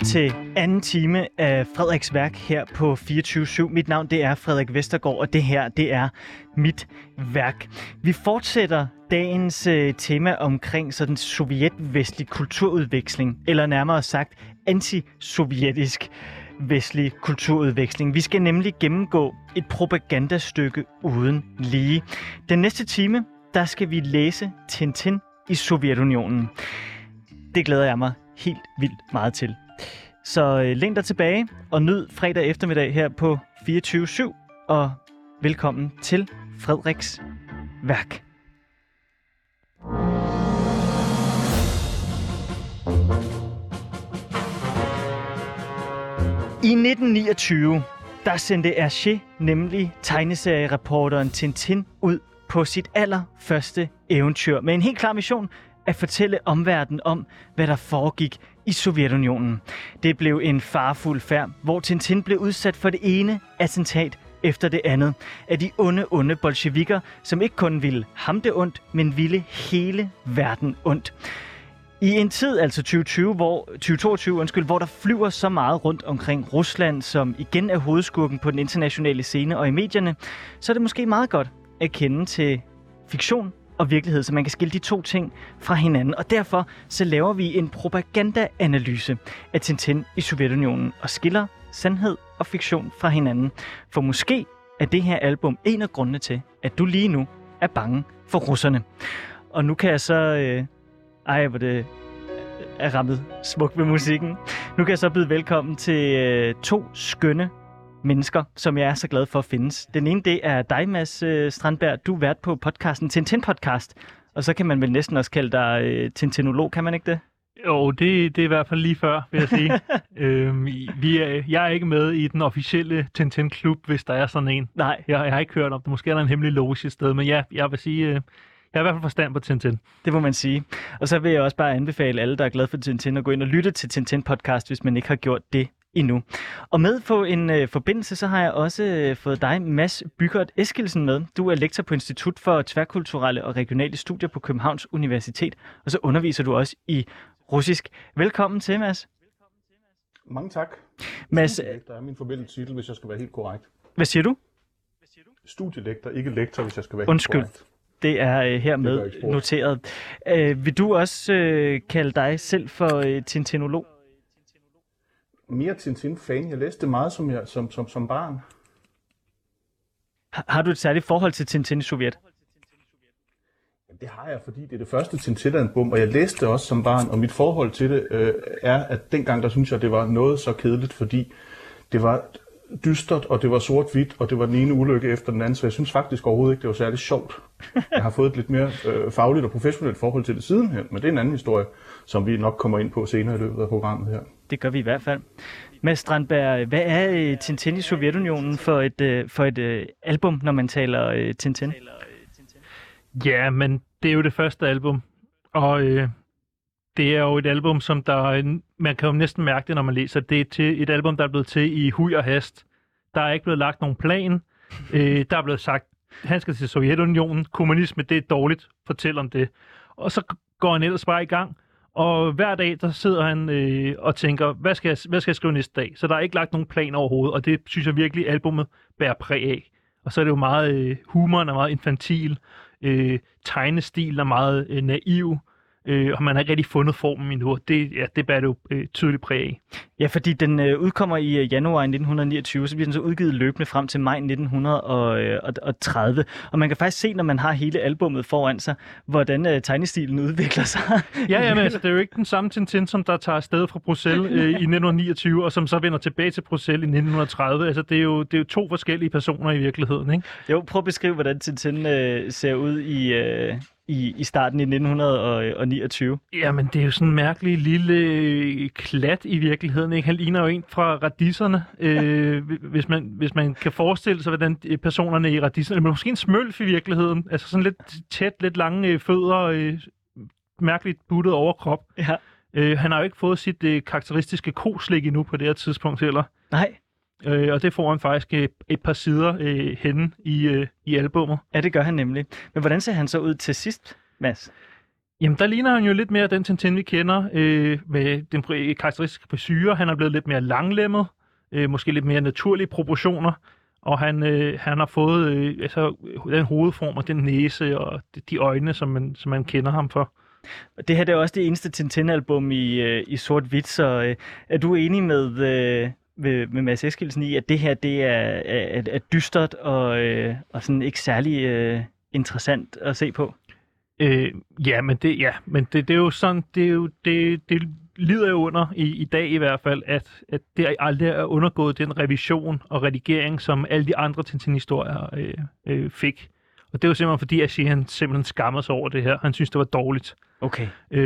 til anden time af Frederiks værk her på 24/7. Mit navn det er Frederik Vestergaard, og det her det er mit værk. Vi fortsætter dagens tema omkring sådan sovjetvestlig kulturudveksling, eller nærmere sagt antisovjetisk vestlig kulturudveksling. Vi skal nemlig gennemgå et propagandastykke uden lige. Den næste time, der skal vi læse Tintin i Sovjetunionen. Det glæder jeg mig helt vildt meget til. Så læn dig tilbage og nyd fredag eftermiddag her på 24/7, og velkommen til Frederiks værk. I 1929, der sendte Hergé nemlig tegneseriereporteren Tintin ud på sit allerførste eventyr med en helt klar mission at fortælle omverdenen om, hvad der foregik i Sovjetunionen. Det blev en farefuld færd, hvor Tintin blev udsat for det ene attentat efter det andet af de onde bolsjevikker, som ikke kun ville ham det ondt, men ville hele verden ondt. I en tid, altså 2022, hvor der flyver så meget rundt omkring Rusland, som igen er hovedskurken på den internationale scene og i medierne, så er det måske meget godt at kende til fiktion og virkelighed, så man kan skille de to ting fra hinanden. Og derfor så laver vi en propagandaanalyse af Tintin i Sovjetunionen og skiller sandhed og fiktion fra hinanden. For måske er det her album en af grundene til, at du lige nu er bange for russerne. Og nu kan jeg så... hvor det er rammet smukt med musikken. Nu kan jeg så byde velkommen til to skønne mennesker, som jeg er så glad for at findes. Den ene, det er dig, Mads Strandberg. Du er vært på podcasten Tintin Podcast, og så kan man vel næsten også kalde dig tintinolog, kan man ikke det? Jo, det er i hvert fald lige før, vil jeg sige. Jeg er ikke med i den officielle Tintin-klub, hvis der er sådan en. Nej. Jeg har ikke hørt om det. Måske er der en hemmelig loge et sted, men ja, jeg vil sige... Jeg har i hvert fald forstand på Tintin. Det må man sige. Og så vil jeg også bare anbefale alle, der er glade for Tintin, at gå ind og lytte til Tintin Podcast, hvis man ikke har gjort det endnu. Og med på en forbindelse, så har jeg også fået dig, Mads Bygert Eskildsen, med. Du er lektor på Institut for Tværkulturelle og Regionale Studier på Københavns Universitet, og så underviser du også i russisk. Velkommen til, Mads. Mange tak. Mads, studielektor er min forbindelse titel, hvis jeg skal være helt korrekt. Hvad siger du? Studielektor, ikke lektor, hvis jeg skal være Undskyld. helt korrekt. Det er hermed noteret. Vil du også kalde dig selv for tintinolog? Mere Tintin-fan. Jeg læste meget som barn. Har du et særligt forhold til Tintin i Sovjet? Ja, det har jeg, fordi det er det første Tintin-album, og jeg læste det også som barn, og mit forhold til det er, at dengang der synes jeg, det var noget så kedeligt, fordi det var dystert, og det var sort-hvidt, og det var den ene ulykke efter den anden, så jeg synes faktisk overhovedet ikke, det var særlig sjovt. Jeg har fået et lidt mere fagligt og professionelt forhold til det sidenhen, men det er en anden historie, som vi nok kommer ind på senere i løbet af programmet her. Det gør vi i hvert fald. Mads Strandberg, hvad er Tintin i Sovjetunionen for et album, når man taler Tintin? Ja, men det er jo det første album, og det er jo et album, som man kan jo næsten mærke det, når man læser. Det er til et album, der er blevet til i hui og hast. Der er ikke blevet lagt nogen plan. Der er blevet sagt, han skal til Sovjetunionen. Kommunisme, det er dårligt. Fortæl om det. Og så går han ellers bare i gang. Og hver dag, der sidder han og tænker, hvad skal jeg skrive næste dag? Så der er ikke lagt nogen plan overhovedet, og det synes jeg virkelig, albumet bærer præg af. Og så er det jo meget, humoren er meget infantil. Tegnestilen er meget naiv. Og man har ikke rigtig fundet formen endnu. Det bærer det jo tydeligt præg af. Ja, fordi den udkommer i januar 1929, så bliver den så udgivet løbende frem til maj 1930. Og man kan faktisk se, når man har hele albummet foran sig, hvordan tegnestilen udvikler sig. Ja, men altså, det er jo ikke den samme Tintin, som der tager afsted fra Bruxelles i 1929, og som så vender tilbage til Bruxelles i 1930. Altså, det er jo to forskellige personer i virkeligheden, ikke? Jo, prøv at beskrive, hvordan Tintin ser ud i starten i 1929. Jamen, det er jo sådan en mærkelig lille klat i virkeligheden, ikke? Han ligner jo en fra Radisserne. Hvis man kan forestille sig, hvordan personerne i Radisserne... Men måske en smølf i virkeligheden. Altså sådan lidt tæt, lidt lange fødder, mærkeligt buttet overkrop. Ja. Han har jo ikke fået sit karakteristiske koslik endnu på det her tidspunkt heller. Nej. Og det får han faktisk et par sider henne i albummet. Ja, det gør han nemlig. Men hvordan ser han så ud til sidst, Mads? Jamen, der ligner han jo lidt mere den Tintin, vi kender, med den karakteristiske frisyre. Han er blevet lidt mere langlemmet, måske lidt mere naturlige proportioner, og han har fået den hovedform og den næse og de øjne, som man kender ham for. Det her det er også det eneste Tintin-album i sort-hvidt, så er du enig med Mads Eskildsen i, at det her det er dystert og sådan ikke særlig interessant at se på? Men det er jo sådan, det lider jo under i dag i hvert fald, at det aldrig er undergået den revision og redigering, som alle de andre Tintin-historier fik. Og det er jo simpelthen fordi, at han simpelthen skammer sig over det her. Han synes, det var dårligt. Okay.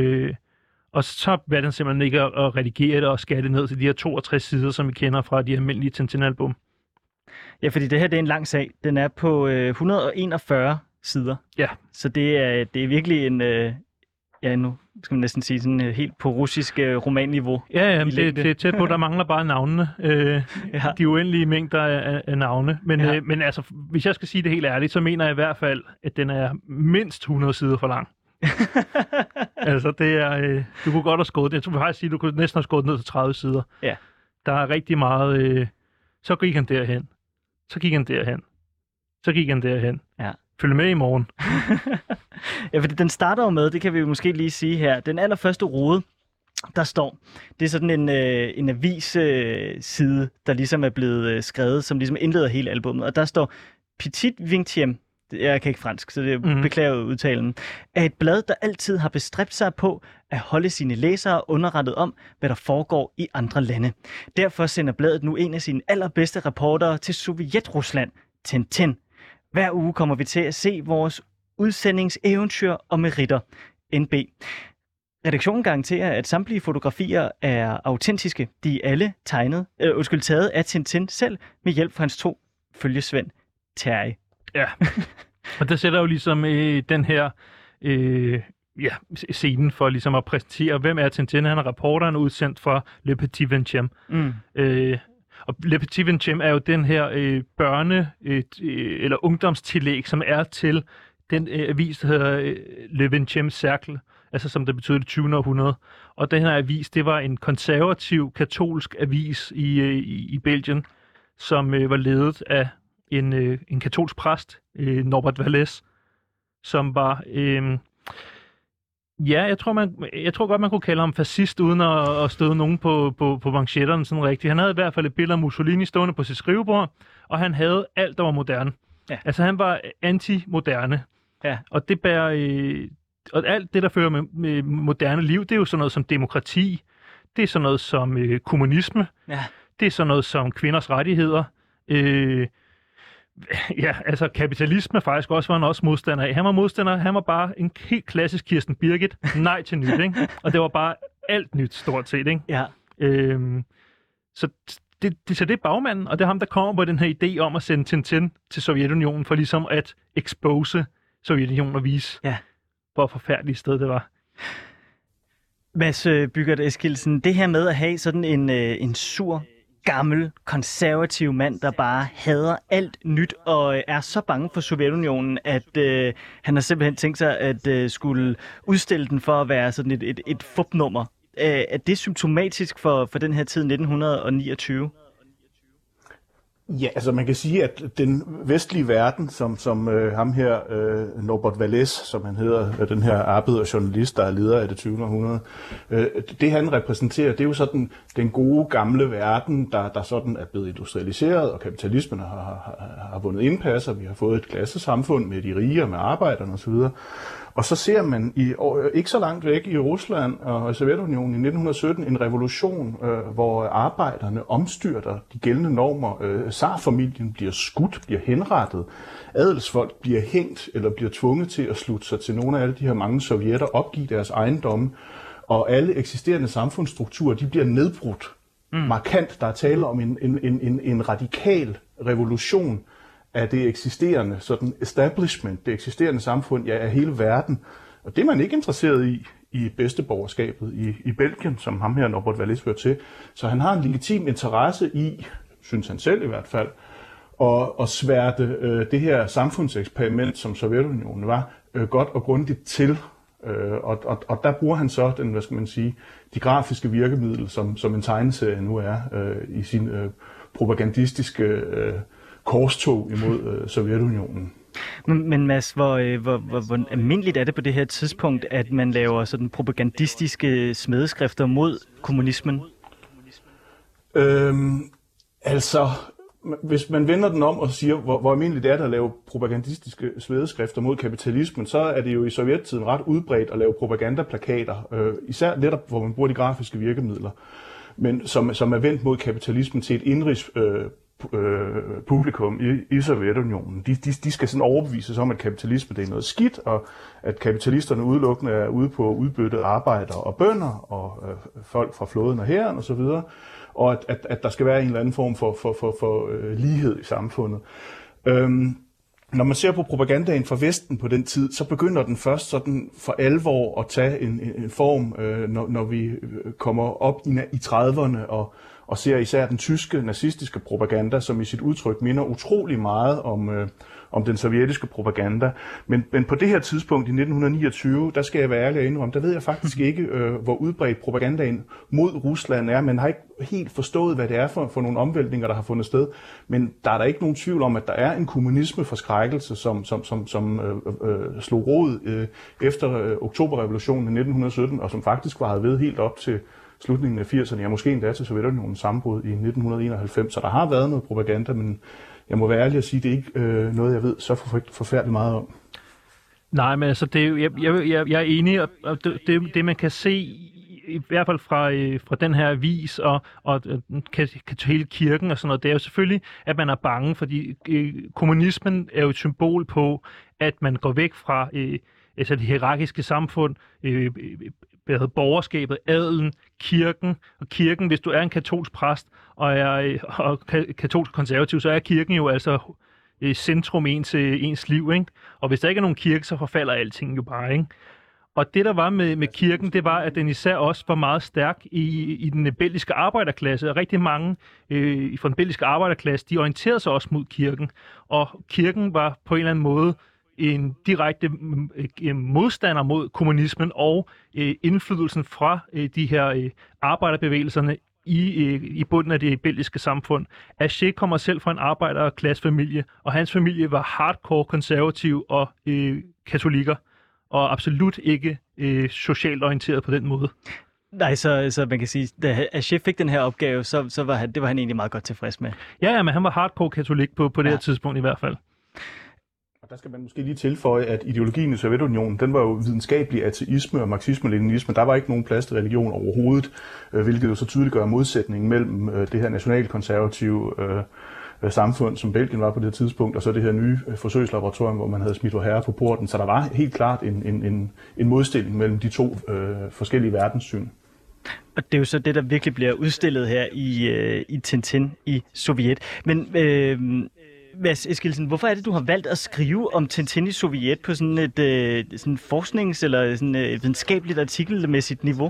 Og så var den simpelthen ikke at redigere det og skære det ned til de her 62 sider, som vi kender fra de almindelige Tintin-album. Ja, fordi det her det er en lang sag. Den er på 141 sider. Ja. Så det er virkelig en, nu skal man næsten sige sådan helt på russisk romanniveau. Ja, det er tæt på, der mangler bare navnene. De uendelige mængder af navne. Men altså, hvis jeg skal sige det helt ærligt, så mener jeg i hvert fald, at den er mindst 100 sider for lang. Altså, det er... du kunne godt have skåret det. Jeg tror faktisk sige, du kunne næsten have skåret ned til 30 sider. Ja. Der er rigtig meget... så gik han derhen. Så gik han derhen. Så gik han derhen. Ja. Følg med i morgen. Ja, fordi den starter jo med, det kan vi jo måske lige sige her, den allerførste rode, der står, det er sådan en avis-side, der ligesom er blevet skrevet, som ligesom indleder hele albummet, og der står Petit Vingtième, jeg kan ikke fransk, så det beklager udtalen, er et blad, der altid har bestræbt sig på at holde sine læsere underrettet om, hvad der foregår i andre lande. Derfor sender bladet nu en af sine allerbedste reportere til Sovjet-Rusland, Tintin. Hver uge kommer vi til at se vores udsendingseventyr og meritter. NB. Redaktionen garanterer, at samtlige fotografier er autentiske. De er alle taget af Tintin selv med hjælp fra hans 2 følgesvend, Terry. Ja, og der sætter jo ligesom den her scenen for ligesom at præsentere, hvem er Tintin. Han er reporteren udsendt fra Le Petit Vingtième. Og Le Petit Vingtième er jo den her eller ungdomstillæg, som er til den avis, der hedder Le 20e Cercle, altså som det betyder det 20. århundrede. Og den her avis, det var en konservativ, katolsk avis i Belgien, som var ledet af en katolsk præst, Norbert Vallès, som var... jeg tror godt, man kunne kalde ham fascist, uden at støde nogen på manchetterne sådan rigtigt. Han havde i hvert fald et billede af Mussolini stående på sit skrivebord, og han havde alt, der var moderne. Ja. Altså, han var anti-moderne. Ja. Og det bærer... og alt det, der fører med moderne liv, det er jo sådan noget som demokrati. Det er sådan noget som kommunisme. Ja. Det er sådan noget som kvinders rettigheder. Altså kapitalisme faktisk også var han også modstander af. Han var bare en helt klassisk Kirsten Birgit. Nej til nyt, ikke? Og det var bare alt nyt stort set, ikke? Ja. Så det er bagmanden, og det er ham, der kommer på den her idé om at sende Tintin til Sovjetunionen for ligesom at expose Sovjetunionen og vise, hvor forfærdeligt sted det var. Mads Byggert Eskildsen, det her med at have sådan en sur, gammel, konservativ mand, der bare hader alt nyt og er så bange for Sovjetunionen, at han har simpelthen tænkt sig at skulle udstille den for at være sådan et fupnummer. Er det symptomatisk for den her tid 1929? Ja, altså man kan sige, at den vestlige verden, som ham her, Norbert Vallès, som han hedder, den her arbejderjournalist, der er leder af det 20. århundrede, det han repræsenterer, det er jo sådan den gode gamle verden, der sådan er blevet industrialiseret, og kapitalismen har vundet indpas, og vi har fået et klassesamfund med de rige og med arbejderne osv. Og så ser man ikke så langt væk i Rusland og i Sovjetunionen i 1917 en revolution, hvor arbejderne omstyrter de gældende normer. Tsarfamilien bliver skudt, bliver henrettet. Adelsfolk bliver hængt eller bliver tvunget til at slutte sig til nogle af alle de her mange sovjetter, opgive deres ejendomme. Og alle eksisterende samfundsstrukturer, de bliver nedbrudt. Markant. Der er tale om en radikal revolution af det eksisterende, sådan establishment, det eksisterende samfund, af hele verden. Og det er man ikke interesseret i bedsteborgerskabet i Belgien, som ham her, Norbert Vallès, hører til. Så han har en legitim interesse i, synes han selv i hvert fald, at sværte det her samfundseksperiment, som Sovjetunionen var, godt og grundigt til. Og der bruger han så den, de grafiske virkemidler, som en tegneserie nu er, i sin propagandistiske korstog imod Sovjetunionen. Men Mads, hvor almindeligt er det på det her tidspunkt, at man laver sådan propagandistiske smedeskrifter mod kommunismen? Hvis man vender den om og siger, hvor almindeligt er det at lave propagandistiske smedeskrifter mod kapitalismen, så er det jo i sovjettiden ret udbredt at lave propagandaplakater, især netop hvor man bruger de grafiske virkemidler, men som er vendt mod kapitalismen til et indrigs publikum i Sovjetunionen. De skal sådan overbevises om, at kapitalisme det er noget skidt, og at kapitalisterne udelukkende er ude på at udbytte arbejdere og bønder og folk fra flåden og hæren osv., og at der skal være en eller anden form for lighed i samfundet. Når man ser på propagandaen fra Vesten på den tid, så begynder den først sådan for alvor at tage en form, når vi kommer op i 30'erne og ser især den tyske nazistiske propaganda, som i sit udtryk minder utrolig meget om den sovjetiske propaganda. Men på det her tidspunkt i 1929, der skal jeg være ærlig og indrømme, der ved jeg faktisk ikke, hvor udbredt propagandaen mod Rusland er. Man har ikke helt forstået, hvad det er for nogle omvæltninger, der har fundet sted. Men der er der ikke nogen tvivl om, at der er en kommunismeforskrækkelse, som slog rod efter oktoberrevolutionen i 1917, og som faktisk varede ved helt op til slutningen af 80'erne, ja måske endda til Sovjetunionens sammenbrud i 1991. Så der har været noget propaganda, men jeg må være ærlig at sige, at det er ikke noget, jeg ved så forfærdeligt meget om. Nej, men altså, jeg er enig, og det man kan se, i hvert fald fra den her avis og hele kirken og sådan noget, det er jo selvfølgelig, at man er bange, fordi kommunismen er jo et symbol på, at man går væk fra det hierarkiske samfund, borgerskabet, adelen, kirken, og kirken, hvis du er en katolsk præst og katolsk konservativ, så er kirken jo altså centrum i ens liv, ikke? Og hvis der ikke er nogen kirke, så forfalder alting jo bare, ikke? Og det, der var med kirken, det var, at den især også var meget stærk i den belgiske arbejderklasse. Og rigtig mange fra den belgiske arbejderklasse, de orienterede sig også mod kirken. Og kirken var på en eller anden måde en direkte modstander mod kommunismen og indflydelsen fra de her arbejderbevægelserne i bunden af det belgiske samfund. Aché kommer selv fra en arbejderklassefamilie, og hans familie var hardcore konservativ og katolikker, og absolut ikke socialt orienteret på den måde. Nej, så man kan sige, da Aché fik den her opgave, så var han egentlig meget godt tilfreds med. Ja, men han var hardcore katolik på det her tidspunkt i hvert fald. Og der skal man måske lige tilføje, at ideologien i Sovjetunionen, den var jo videnskabelig ateisme og marxisme-leninisme. Der var ikke nogen plads til religion overhovedet, hvilket jo så tydeligt gør modsætningen mellem det her nationalkonservative samfund, som Belgien var på det tidspunkt, og så det her nye forsøgslaboratorium, hvor man havde smidt Vorherre på porten. Så der var helt klart en modstilling mellem de to forskellige verdenssyn. Og det er jo så det, der virkelig bliver udstillet her i Tintin i Sovjet. Men Mads Eskildsen, hvorfor er det, du har valgt at skrive om Tintin i Sovjet på sådan et sådan forsknings- eller sådan et videnskabeligt artikelmæssigt niveau?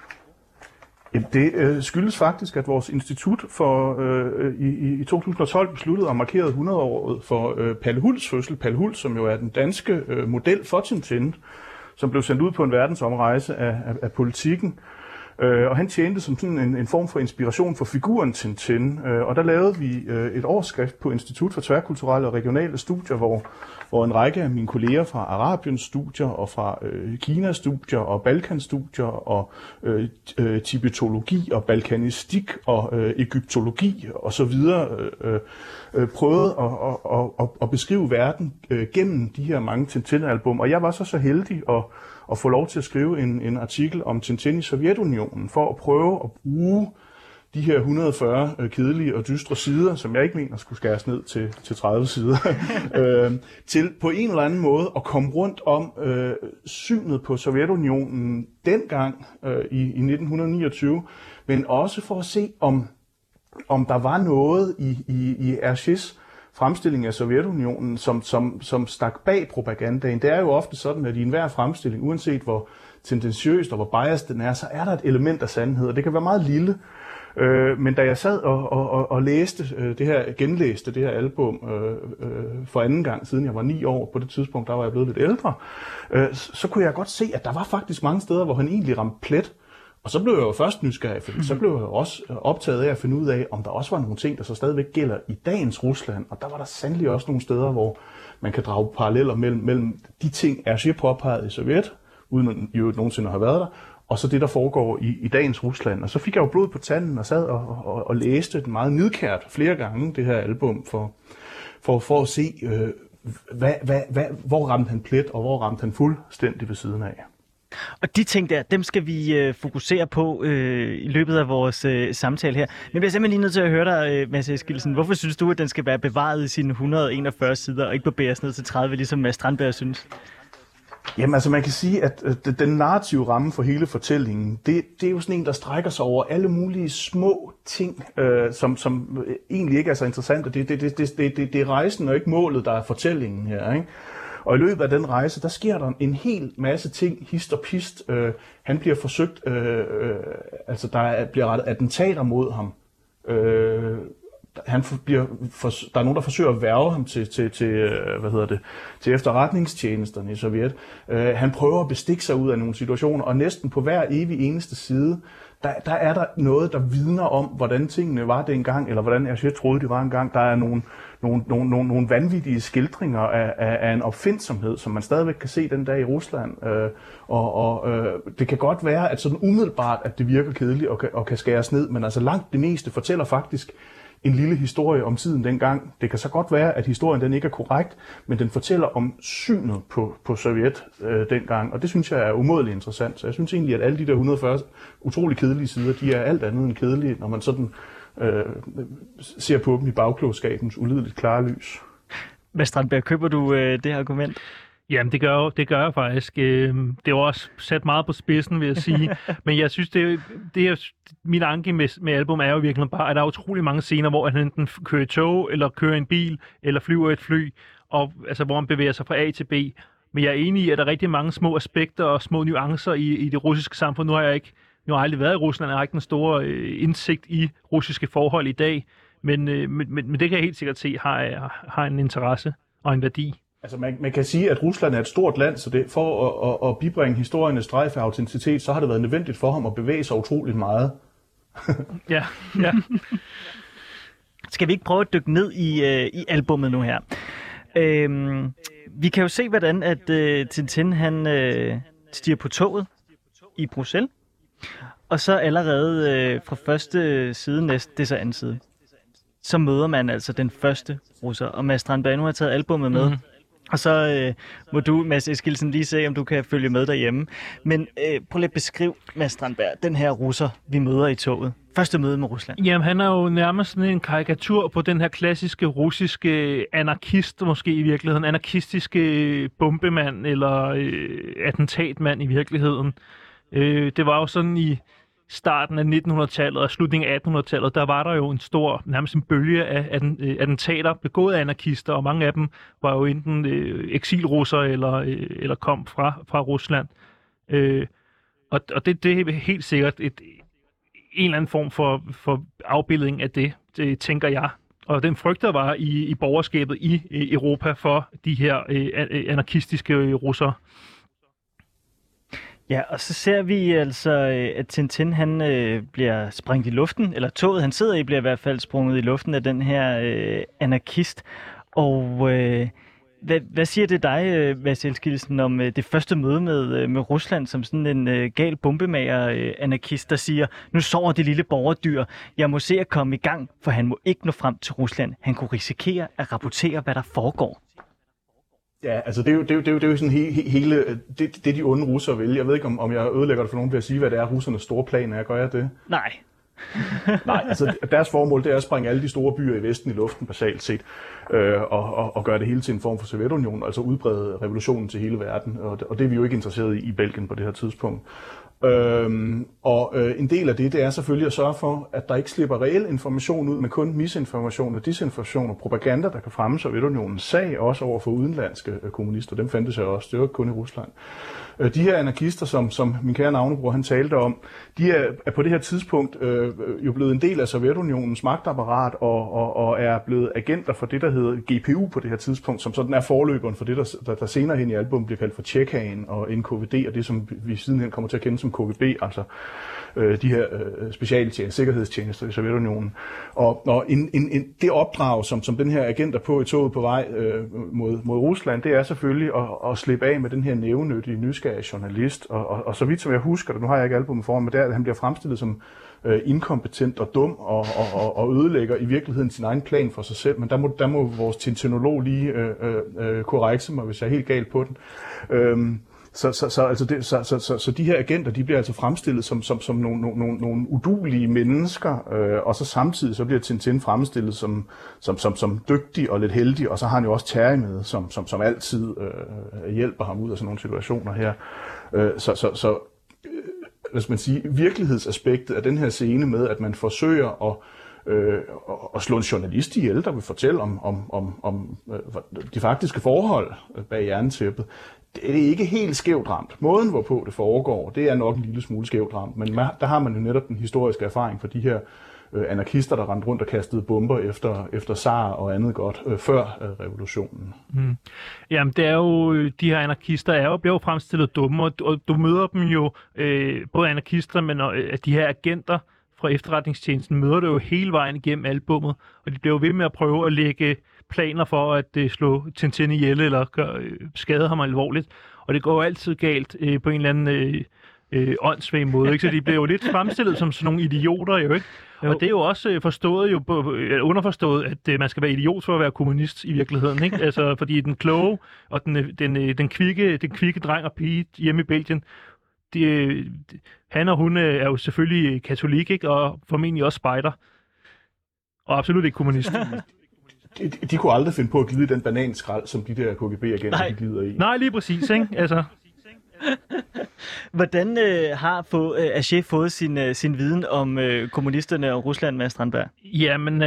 Det skyldes faktisk, at vores institut i 2012 besluttede at markere 100-året for Palle Hults fødsel. Palle Hult, som jo er den danske model for Tintin, som blev sendt ud på en verdensomrejse af politikken. Og han tjente som sådan en form for inspiration for figuren Tintin. Og der lavede vi et årsskrift på Institut for Tværkulturelle og Regionale Studier, hvor en række af mine kolleger fra Arabiens studier og fra Kinas studier og Balkans studier og tibetologi og balkanistik og egyptologi og så videre prøvede at beskrive verden gennem de her mange Tintin-album. Og jeg var så heldig at få lov til at skrive en artikel om Tintin i Sovjetunionen for at prøve at bruge de her 140 kedelige og dystre sider, som jeg ikke mener skulle skæres ned til 30 sider, til på en eller anden måde at komme rundt om synet på Sovjetunionen dengang i 1929, men også for at se, om der var noget i Achés fremstilling af Sovjetunionen, som stak bag propagandaen. Det er jo ofte sådan, at i enhver fremstilling, uanset hvor tendentiøst og hvor biased den er, så er der et element af sandhed, og det kan være meget lille. Men da jeg sad og læste genlæste det her album for anden gang, siden jeg var 9 år, på det tidspunkt, der var jeg blevet lidt ældre, så kunne jeg godt se, at der var faktisk mange steder, hvor han egentlig ramte plet. Og så blev jeg jo først nysgerrig, for så blev jeg jo også optaget af at finde ud af, om der også var nogle ting, der så stadigvæk gælder i dagens Rusland. Og der var der sandelig også nogle steder, hvor man kan drage paralleller mellem de ting, Hergé påpegede i Sovjet, uden at jo nogensinde har været der, og så det, der foregår i dagens Rusland. Og så fik jeg jo blod på tanden og sad og læste den meget nidkært flere gange, det her album, for at se, hvor ramte han plet, og hvor ramte han fuldstændig ved siden af. Og de ting der, dem skal vi fokusere på i løbet af vores samtale her. Men jeg bliver simpelthen lige nødt til at høre dig, Mads Eskildsen. Hvorfor synes du, at den skal være bevaret i sine 141 sider, og ikke barberes ned til 30, ligesom Mads Strandberg synes? Jamen altså, man kan sige, at den narrative ramme for hele fortællingen, det er jo sådan en, der strækker sig over alle mulige små ting, som egentlig ikke er så interessante. Det er rejsen og ikke målet, der er fortællingen her, ikke? Og i løbet af den rejse, der sker der en hel masse ting, hist og pist. Han bliver forsøgt, der bliver rettet attentater mod ham. Der er nogen, der forsøger at værge ham til efterretningstjenesterne i Sovjet. Han prøver at bestikke sig ud af nogle situationer, og næsten på hver evig eneste side, der er der noget, der vidner om, hvordan tingene var dengang, eller hvordan jeg troede, det var engang. Der er nogle vanvittige skildringer af en opfindsomhed, som man stadigvæk kan se den dag i Rusland. Det kan godt være, at sådan umiddelbart, at det virker kedeligt og kan skæres ned, men altså langt det meste fortæller faktisk en lille historie om tiden dengang. Det kan så godt være, at historien den ikke er korrekt, men den fortæller om synet på Sovjet dengang, og det synes jeg er umådeligt interessant. Så jeg synes egentlig, at alle de der 140 utrolig kedelige sider, de er alt andet end kedelige, når man sådan ser på dem i bagklogskabens ulideligt klare lys. Mads Strandberg, køber du det her argument? Jamen, det gør jeg faktisk. Det er jo også sat meget på spidsen, vil jeg sige. Men jeg synes, min anke med album er jo virkelig bare, at der er utrolig mange scener, hvor han enten kører i tog, eller kører en bil, eller flyver et fly, og altså, hvor han bevæger sig fra A til B. Men jeg er enig i, at der er rigtig mange små aspekter og små nuancer i det russiske samfund. Nu har jeg aldrig været i Rusland, jeg har ikke den store indsigt i russiske forhold i dag, men det kan jeg helt sikkert se har en interesse og en værdi. Altså man kan sige, at Rusland er et stort land, så det, for at bibringe historien et strejf af autenticitet, så har det været nødvendigt for ham at bevæge sig utroligt meget. Ja. Skal vi ikke prøve at dykke ned i albummet nu her? Vi kan jo se, hvordan at Tintin han stiger på toget i Bruxelles, og så allerede fra første side næste, det er så anden side, så møder man altså den første russer, og Mads Strandberg nu har taget albummet med. Og så må du, Mads Eskildsen, lige se, om du kan følge med derhjemme. Men prøv lige at beskrive, Mads Strandberg, den her russer, vi møder i toget. Første møde med Rusland. Jamen, han er jo nærmest sådan en karikatur på den her klassiske russiske anarkist, måske i virkeligheden. Anarkistiske bombemand eller attentatmand i virkeligheden. Det var jo sådan i starten af 1900-tallet og slutningen af 1800-tallet, der var der jo en stor, nærmest en bølge af attentater begået af anarkister, og mange af dem var jo enten eksilrusser eller kom fra Rusland. Og det er helt sikkert en eller anden form for afbildning af det tænker jeg. Og den frygt, der var i borgerskabet i Europa for de her anarkistiske russere. Ja, og så ser vi altså, at Tintin han bliver sprængt i luften, eller toget han sidder i bliver i hvert fald sprunget i luften af den her anarkist. Og hvad siger det dig, Mads Eskildsen, om det første møde med Rusland som sådan en gal bombemager-anarkist, der siger, nu sover det lille borgerdyr, jeg må se at komme i gang, for han må ikke nå frem til Rusland. Han kunne risikere at rapportere, hvad der foregår. Ja, altså det er jo sådan hele det de onde russere vil. Jeg ved ikke, om jeg ødelægger det for nogen ved at sige, hvad det er, russernes store plan er. Gør jeg det? Nej. Nej, altså deres formål det er at sprænge alle de store byer i Vesten i luften, basalt set, og gøre det hele til en form for Sovjetunion, altså udbrede revolutionen til hele verden. Og det er vi jo ikke interesseret i Belgien på det her tidspunkt. En del af det er selvfølgelig at sørge for, at der ikke slipper reel information ud, men kun misinformation og disinformation og propaganda, der kan fremme Sovjetunionens sag, også over for udenlandske kommunister. Dem fandtes jo også, det var ikke kun i Rusland. De her anarkister, som min kære navnebror han talte om, de er på det her tidspunkt jo blevet en del af Sovjetunionens magtapparat og er blevet agenter for det, der hedder GPU på det her tidspunkt, som sådan er forløberen for det, der senere hen i albummet bliver kaldt for Tjekhagen og NKVD, og det som vi sidenhen kommer til at kende som KGB, altså de her sikkerhedstjenester i Sovjetunionen. Og det opdrag, som den her agent er på i toget på vej mod Rusland, det er selvfølgelig at slippe af med den her nævenyttige, nysgerrige journalist. Og så vidt som jeg husker det, nu har jeg ikke albumet foran, men det er, at han bliver fremstillet som inkompetent og dum og ødelægger i virkeligheden sin egen plan for sig selv. Men der må vores tintinolog lige korrekse mig, hvis jeg er helt galt på den. Så de her agenter, de bliver altså fremstillet som nogle uduelige mennesker, og så samtidig så bliver Tintin fremstillet som dygtig og lidt heldig, og så har han jo også Terry med, som altid hjælper ham ud af sådan nogle situationer her. Hvad skal man sige, virkelighedsaspektet af den her scene med, at man forsøger at slå en journalist ihjel, der vil fortælle om de faktiske forhold bag jerntæppet. Det er ikke helt skævt ramt. Måden, hvorpå det foregår, det er nok en lille smule skævt ramt, men der har man jo netop den historiske erfaring for de her anarkister, der rendte rundt og kastede bomber efter zar og andet godt før revolutionen. Jamen, det er jo, de her anarkister bliver jo fremstillet dumme, og du møder dem jo, både anarkister, men de her agenter fra efterretningstjenesten, møder du jo hele vejen igennem albummet, og de bliver jo ved med at prøve at lægge planer for at slå Tintin ihjel eller skade ham alvorligt, og det går jo altid galt på en eller anden åndssvag måde, ikke? Så de bliver jo lidt fremstillet som sådan nogle idioter, jo, ikke? Jo. Og det er jo også underforstået, at man skal være idiot for at være kommunist i virkeligheden, ikke? Altså, fordi den kloge og den kvikke dreng og pige hjemme i Belgien, han og hun er jo selvfølgelig katolik, ikke? Og formentlig også spejder. Og absolut ikke kommunist. De kunne aldrig finde på at glide den bananskrald, som de der KGB-agenter glider i. Nej, lige præcis, ikke? Altså. Hvordan har Aché fået sin viden om kommunisterne og Rusland, Mads Strandberg? Jamen,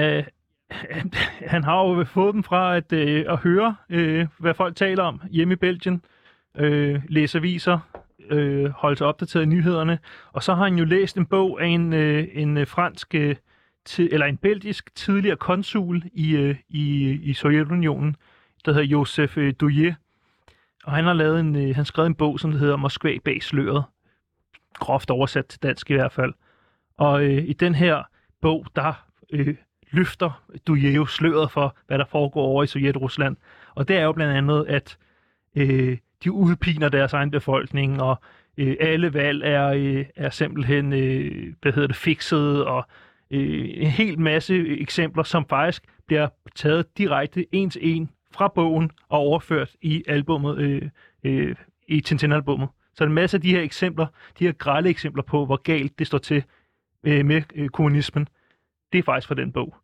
han har jo fået dem fra at høre, hvad folk taler om hjemme i Belgien, læse aviser, holde sig opdateret i nyhederne, og så har han jo læst en bog af en fransk eller en belgisk tidligere konsul i Sovjetunionen, der hedder Joseph Douillet. Og han har skrevet en bog, som hedder Moskva bag sløret. Groft oversat til dansk i hvert fald. Og i den her bog, der løfter Douillet jo sløret for, hvad der foregår over i Sovjet-Rusland. Og det er jo blandt andet, at de udpiner deres egen befolkning, og alle valg er simpelthen fikset, og en hel masse eksempler, som faktisk bliver taget direkte en til en fra bogen og overført i albummet, i Tintin-albummet. Så en masse af de her eksempler, de her grelle eksempler på, hvor galt det står til med kommunismen, det er faktisk fra den bog.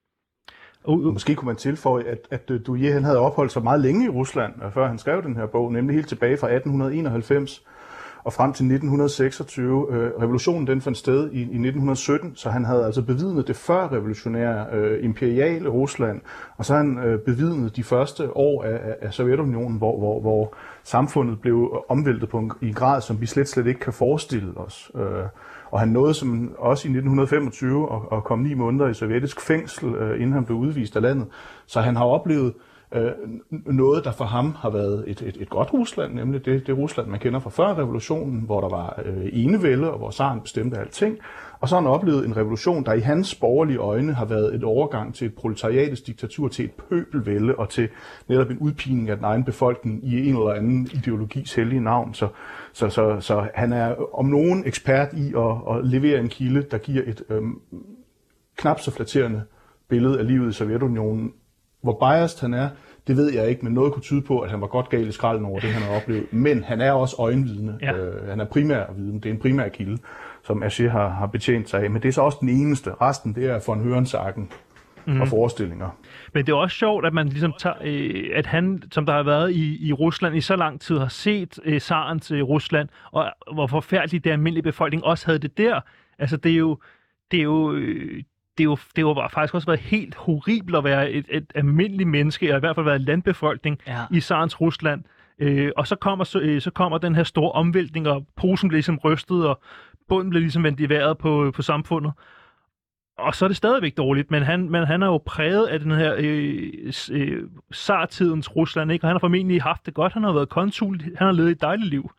Måske kunne man tilføje, at Douillet han havde opholdt sig meget længe i Rusland, før han skrev den her bog, nemlig helt tilbage fra 1891 og frem til 1926. Revolutionen den fandt sted i 1917, så han havde altså bevidnet det førrevolutionære imperiale Rusland, og så han bevidnet de første år af Sovjetunionen, hvor samfundet blev omvæltet i en grad, som vi slet ikke kan forestille os. Og han nåede som også i 1925 at komme 9 måneder i sovjetisk fængsel, inden han blev udvist af landet. Så han har oplevet noget, der for ham har været et godt Rusland, nemlig det Rusland, man kender fra før revolutionen, hvor der var enevælde, og hvor zaren bestemte alting. Og så har han oplevet en revolution, der i hans borgerlige øjne har været et overgang til et proletariatisk diktatur, til et pøbelvælde og til netop en udpining af den egen befolkning i en eller anden ideologis hellige navn. Så han er om nogen ekspert i at levere en kilde, der giver et knap så flatterende billede af livet i Sovjetunionen. Hvor biased han er, det ved jeg ikke, men noget kunne tyde på, at han var godt gal i skralden over det, han har oplevet. Men han er også øjenvidne. Ja. Han er primær viden. Det er en primær kilde, som Aché har betjent sig af. Men det er så også den eneste. Resten, det er von Hørensagen. og forestillinger. Men det er også sjovt, at man ligesom tager, at han, som der har været i Rusland i så lang tid, har set zarens Rusland, og hvor forfærdeligt det almindelige befolkning også havde det der. Altså det er jo faktisk også været helt horribelt at være et almindeligt menneske, eller i hvert fald være landbefolkning i zarens Rusland. Og så kommer den her store omvæltning, og posen bliver ligesom rystet, og bunden bliver ligesom vendt i vejret på samfundet. Og så er det stadigvæk dårligt, men han er jo præget af den her zartidens Rusland, ikke? Og han har formentlig haft det godt. Han har været konsul, han har levet et dejligt liv.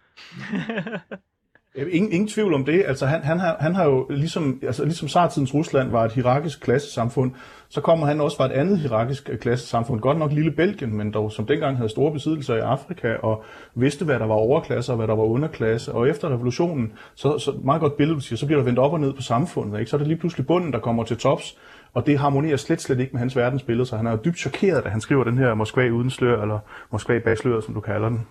Ingen tvivl om det. Altså han har jo ligesom zartidens Rusland var et hierarkisk klassesamfund, så kommer han også fra et andet hierarkisk klassesamfund. Godt nok lille Belgien, men dog som dengang havde store besiddelser i Afrika og vidste, hvad der var overklasse og hvad der var underklasse. Og efter revolutionen, så meget godt billede, så bliver der vendt op og ned på samfundet. Ikke? Så er det lige pludselig bunden, der kommer til tops, og det harmonerer slet ikke med hans verdensbillede, så han er jo dybt chokeret, da han skriver den her Moskva uden slør, eller Moskva bag sløret, som du kalder den.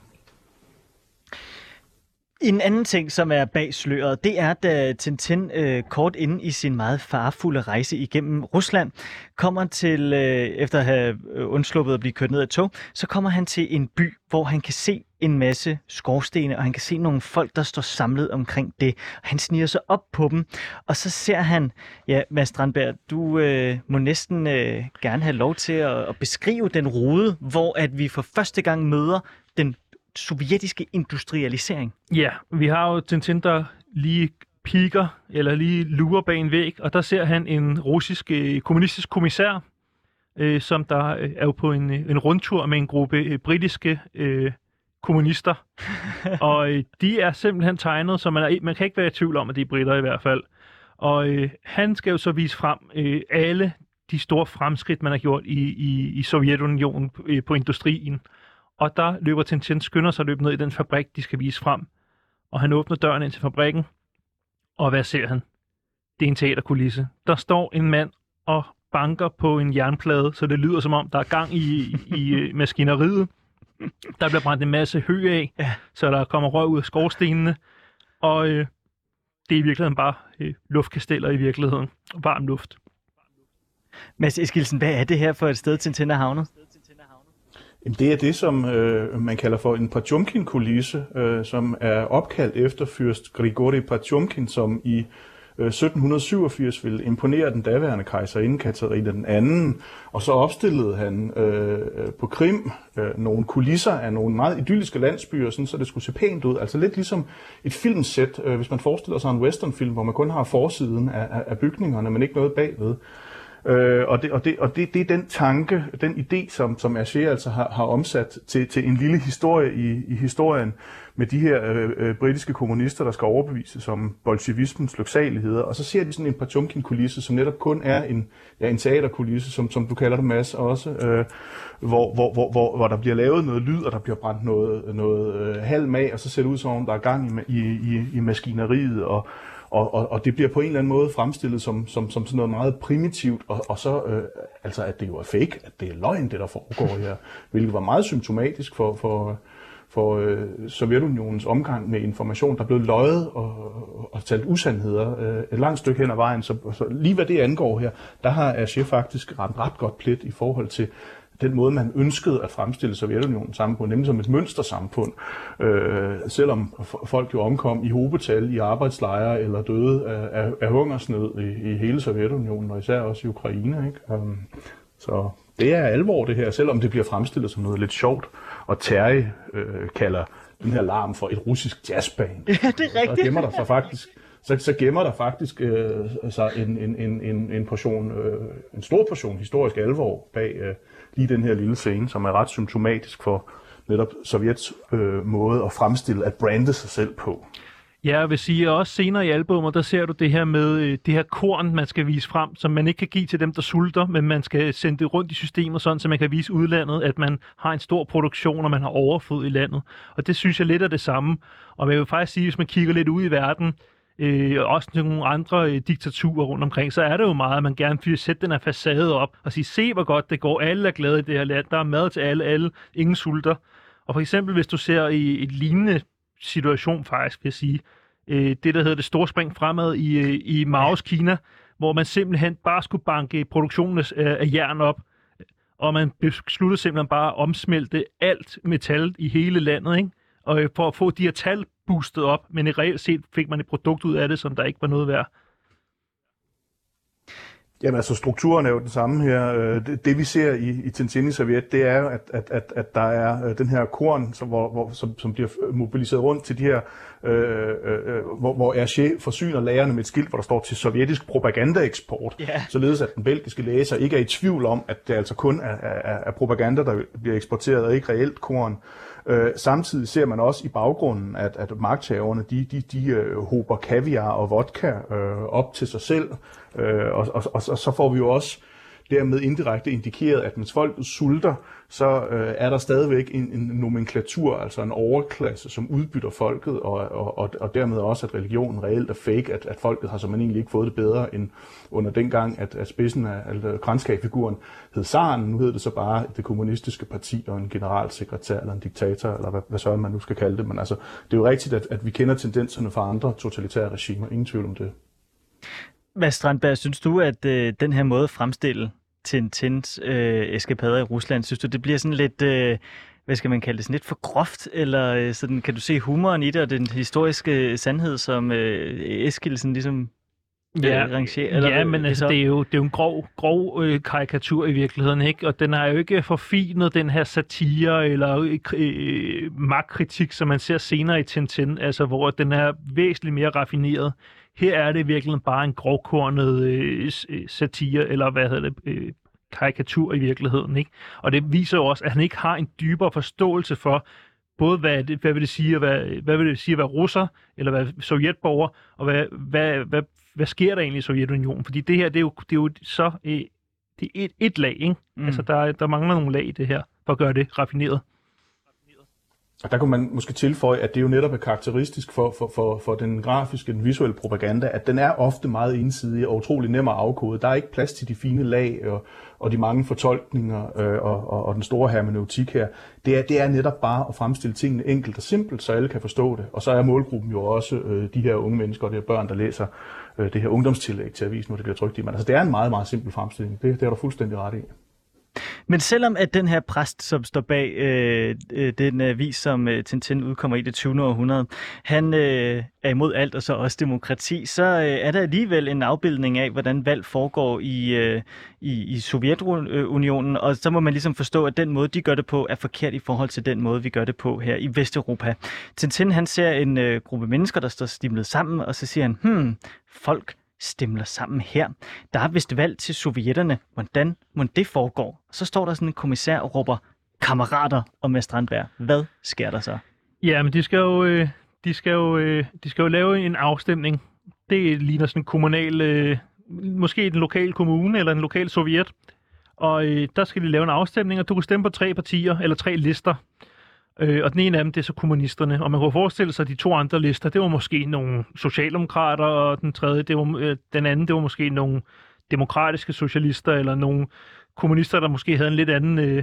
En anden ting, som er bag sløret, det er, da Tintin kort inde i sin meget farefulde rejse igennem Rusland kommer til, efter at have undsluppet at blive kørt ned af tog, så kommer han til en by, hvor han kan se en masse skorstene, og han kan se nogle folk, der står samlet omkring det. Og han sniger sig op på dem, og så ser han, ja, Mads Strandberg, du må næsten gerne have lov til at beskrive den rode, hvor at vi for første gang møder den sovjetiske industrialisering. Ja, vi har jo Tintin, der lige piker, eller lige lurer bag en væg, og der ser han en russisk kommunistisk kommissær, som der er jo på en rundtur med en gruppe britiske kommunister. Og de er simpelthen tegnet, så man kan ikke være i tvivl om, at de er britter i hvert fald. Og han skal jo så vise frem alle de store fremskridt, man har gjort i Sovjetunionen på industrien. Og der løber Tintin, skynder sig at løbe ned i den fabrik, de skal vise frem. Og han åbner døren ind til fabrikken. Og hvad ser han? Det er en teaterkulisse. Der står en mand og banker på en jernplade, så det lyder som om, der er gang i maskineriet. Der bliver brændt en masse hø af, så der kommer røg ud af skorstenene. Og det er i virkeligheden bare luftkasteller i virkeligheden. Varm luft. Mads Eskildsen, hvad er det her for et sted, Tintin er havnet? Det er det, som man kalder for en Potjomkin-kulisse, som er opkaldt efter fyrst Grigori Potjomkin, som i 1787 ville imponere den daværende kejserinde Katarina den anden, og så opstillede han på Krim nogle kulisser af nogle meget idylliske landsbyer, sådan, så det skulle se pænt ud. Altså lidt ligesom et filmsæt, hvis man forestiller sig en westernfilm, hvor man kun har forsiden af bygningerne, men ikke noget bagved. Og det er den tanke, den idé, som Hergé altså har omsat til en lille historie i historien med de her britiske kommunister, der skal overbevises om bolsjevismens lyksaligheder. Og så ser de sådan en Potjomkin-kulisse, som netop kun er en teaterkulisse, som du kalder det, Mads, også, hvor der bliver lavet noget lyd, og der bliver brændt noget halm af, og så ser det ud som om, der er gang i maskineriet, og det bliver på en eller anden måde fremstillet som sådan noget meget primitivt, og så altså at det jo er fake, at det er løgn, det der foregår her, hvilket var meget symptomatisk for Sovjetunionens omgang med information, der blev løjet og talt usandheder et langt stykke hen ad vejen. Så lige hvad det angår her, der har Hergé faktisk ramt ret godt plet i forhold til den måde, man ønskede at fremstille Sovjetunionen samfund, nemlig som et mønstersamfund. Selvom folk jo omkom i hobetal i arbejdslejre eller døde af hungersnød i hele Sovjetunionen, og især også i Ukraine. Ikke? Så det er alvor det her, selvom det bliver fremstillet som noget lidt sjovt, og Terje kalder den her larm for et russisk jazzband. Ja, det er rigtigt. Så gemmer der faktisk sig en portion, en stor portion historisk alvor bag lige den her lille scene, som er ret symptomatisk for netop Sovjets måde at fremstille, at brande sig selv på. Ja, jeg vil sige, også senere i albummet, der ser du det her med det her korn, man skal vise frem, som man ikke kan give til dem, der sulter, men man skal sende det rundt i systemet, sådan så man kan vise udlandet, at man har en stor produktion, og man har overflod i landet. Og det synes jeg lidt er det samme. Og jeg vil faktisk sige, hvis man kigger lidt ud i verden, også til nogle andre diktaturer rundt omkring, så er det jo meget, at man gerne vil sætte den her facade op og sige, se hvor godt det går, alle er glade i det her land, der er mad til alle, ingen sulter. Og for eksempel, hvis du ser i et lignende situation faktisk, vil jeg sige, det der hedder det store spring fremad i Maos Kina, hvor man simpelthen bare skulle banke produktionen af jern op, og man besluttede simpelthen bare at omsmelte alt metal i hele landet, ikke? Og for at få de her tal boostet op, men i reelt set fik man et produkt ud af det, som der ikke var noget værd. Jamen altså, strukturen er jo den samme her. Det vi ser i Tintin Serviet, det er jo, at der er den her korn, som bliver mobiliseret rundt til de her, hvor Hergé forsyner lagerne med et skilt, hvor der står til sovjetisk propagandaeksport, således at den belgiske læser ikke er i tvivl om, at det altså kun er propaganda, der bliver eksporteret, og ikke reelt korn. Samtidig ser man også i baggrunden, at magthaverne, de hober kaviar og vodka op til sig selv, og så får vi jo også dermed indirekte indikeret, at mens folk sulter, så er der stadigvæk en nomenklatur, altså en overklasse, som udbytter folket, og dermed også, at religionen reelt er fake, at folket har så man egentlig ikke fået det bedre end under dengang, at spidsen af kranskagefiguren hed zaren. Nu hedder det så bare det kommunistiske parti og en generalsekretær eller en diktator, eller hvad så man nu skal kalde det. Men altså, det er jo rigtigt, at vi kender tendenserne fra andre totalitære regimer. Ingen tvivl om det. Hvad, Strandberg, synes du, at den her måde at fremstille Tintins eskapader i Rusland, synes du, det bliver sådan lidt, hvad skal man kalde det, sådan lidt for groft, eller sådan, kan du se humoren i det, og den historiske sandhed, som Eskildsen ligesom rangerer? Eller, ja, men altså, det er jo en grov karikatur i virkeligheden, ikke? Og den har jo ikke forfinet den her satire eller magtkritik, som man ser senere i Tintin, altså hvor den er væsentligt mere raffineret. Her er det virkelig bare en grovkornet satire, eller hvad hedder det, karikatur i virkeligheden, ikke? Og det viser jo også, at han ikke har en dybere forståelse for, både hvad vil det sige at være russer, eller være sovjetborger, og hvad sker der egentlig i Sovjetunionen? Fordi det her, det er jo så det er et lag, ikke? Altså der mangler nogle lag i det her, for at gøre det raffineret. Og der kunne man måske tilføje, at det jo netop er karakteristisk for den grafiske, den visuelle propaganda, at den er ofte meget ensidig og utrolig nem at afkode. Der er ikke plads til de fine lag og de mange fortolkninger og den store hermeneutik her. Det er netop bare at fremstille tingene enkelt og simpelt, så alle kan forstå det. Og så er målgruppen jo også de her unge mennesker og de her børn, der læser det her ungdomstillæg til avisen, hvor det bliver trykt i. Men altså, det er en meget, meget simpel fremstilling. Det er du fuldstændig ret i. Men selvom at den her præst, som står bag den avis, som Tintin udkommer i det 20. århundrede, han er imod alt og så også demokrati, så er der alligevel en afbildning af, hvordan valg foregår i Sovjetunionen, og så må man ligesom forstå, at den måde, de gør det på, er forkert i forhold til den måde, vi gør det på her i Vesteuropa. Tintin, han ser en gruppe mennesker, der står stimlet sammen, og så siger han, folk stemler sammen her. Der er vist valg til sovjetterne. Hvordan må det foregår? Så står der sådan en kommissær og råber kammerater om Mads Strandberg. Hvad sker der så? Ja, men de skal jo lave en afstemning. Det ligner sådan en kommunal, måske en lokal kommune eller en lokal sovjet. Og der skal de lave en afstemning, og du kan stemme på 3 partier eller 3 lister. Og den ene af dem, det er så kommunisterne. Og man kunne forestille sig, at de 2 andre lister, det var måske nogle socialdemokrater, og den anden, det var måske nogle demokratiske socialister, eller nogle kommunister, der måske havde en lidt anden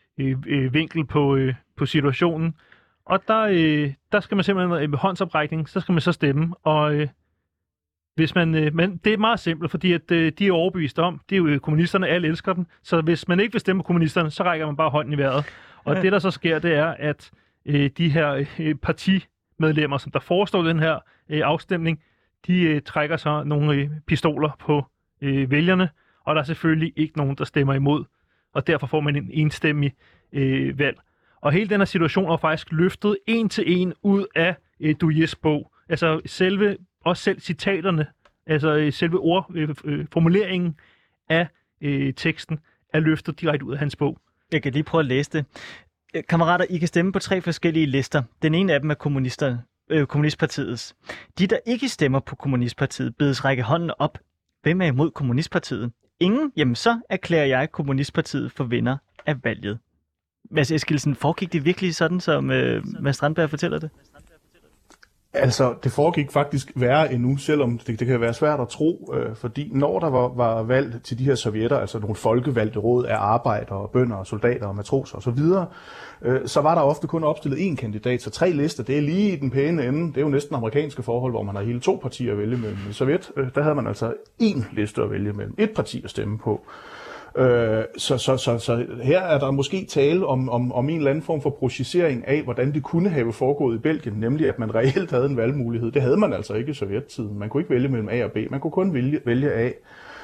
vinkel på situationen. Og der skal man simpelthen med håndsoprækning, så skal man så stemme. Og hvis men det er meget simpelt, fordi at de er overbevist om, det er jo kommunisterne, alle elsker dem. Så hvis man ikke vil stemme på kommunisterne, så rækker man bare hånden i vejret. Og det, der så sker, det er, at de her partimedlemmer, som der forestår den her afstemning, de trækker så nogle pistoler på vælgerne, og der er selvfølgelig ikke nogen, der stemmer imod. Og derfor får man en enstemmig valg. Og hele den her situation er faktisk løftet en til en ud af Duyés bog. Altså selv citaterne, altså selve formuleringen af teksten, er løftet direkte ud af hans bog. Jeg kan lige prøve at læse det. Kammerater, I kan stemme på 3 forskellige lister. Den ene af dem er Kommunistpartiets. De, der ikke stemmer på Kommunistpartiet, bedes række hånden op. Hvem er imod Kommunistpartiet? Ingen? Jamen så erklærer jeg Kommunistpartiet for vinder af valget. Mads Eskildsen, foregik det virkelig sådan, som Mads Strandberg fortæller det? Altså, det foregik faktisk værre endnu, selvom det kan være svært at tro, fordi når der var valg til de her sovjetter, altså nogle folkevalgte råd af arbejdere, bønder, soldater og matroser osv., så var der ofte kun opstillet én kandidat, så 3 lister, det er lige i den pæne ende. Det er jo næsten amerikanske forhold, hvor man har hele 2 partier at vælge mellem. I Sovjet, der havde man altså 1 liste at vælge mellem, 1 parti at stemme på. Så her er der måske tale om en eller anden form for projicering af, hvordan det kunne have foregået i Belgien, nemlig at man reelt havde en valgmulighed. Det havde man altså ikke i sovjettiden. Man kunne ikke vælge mellem A og B, man kunne kun vælge A.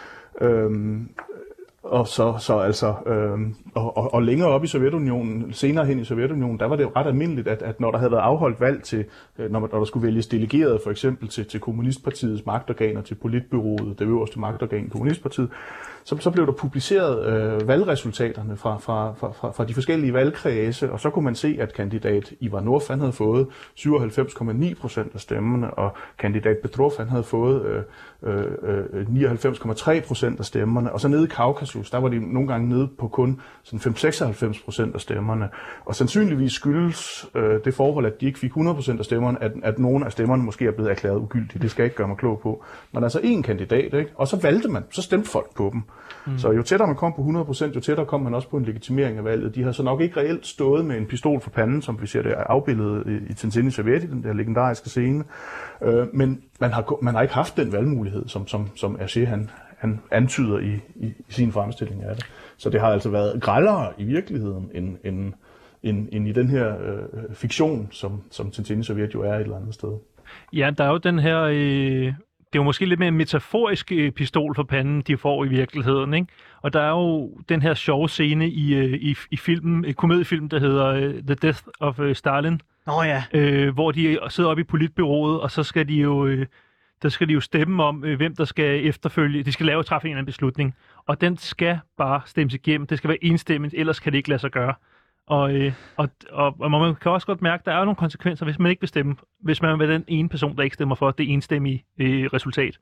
Og længere op i Sovjetunionen, senere hen i Sovjetunionen, der var det jo ret almindeligt, at når der havde været afholdt valg til, når der skulle vælges delegerede for eksempel til Kommunistpartiets magtorganer, til Politbureauet, det øverste magtorgan i Kommunistpartiet, så blev der publiceret valgresultaterne fra de forskellige valgkredse, og så kunne man se, at kandidat Ivan Norf, han havde fået 97,9% af stemmerne, og kandidat Petrov, han havde fået 99,3% af stemmerne, og så nede i Kaukasus, der var de nogle gange nede på kun sådan 5-96% af stemmerne, og sandsynligvis skyldes det forhold, at de ikke fik 100% af stemmerne, at nogle af stemmerne måske er blevet erklæret ugyldige. Det skal jeg ikke gøre mig klog på. Men altså én kandidat, ikke? Og så valgte man, så stemte folk på dem. Så jo tættere man kom på 100%, jo tættere kom man også på en legitimering af valget. De har så nok ikke reelt stået med en pistol for panden, som vi ser det afbildet i Tintin i Sovjet, i den der legendariske scene. Men man har ikke haft den valgmulighed, som Hergé han antyder i sin fremstilling af det. Så det har altså været grældere i virkeligheden, end i den her fiktion, som Tintin i Sovjet jo er et eller andet sted. Ja, der er jo den her... Det er jo måske lidt mere en metaforisk pistol for panden, de får i virkeligheden, ikke? Og der er jo den her sjove scene i filmen, en komediefilm, der hedder The Death of Stalin. Hvor de sidder oppe i politbureauet, og så skal de jo stemme om, hvem der skal efterfølge. De skal træffe en eller anden beslutning, og den skal bare stemmes igennem. Det skal være enstemmigt, ellers kan det ikke lade sig gøre. Og man kan også godt mærke, at der er nogle konsekvenser, hvis man ikke vil stemme. Hvis man er den ene person, der ikke stemmer for det enstemmige resultat.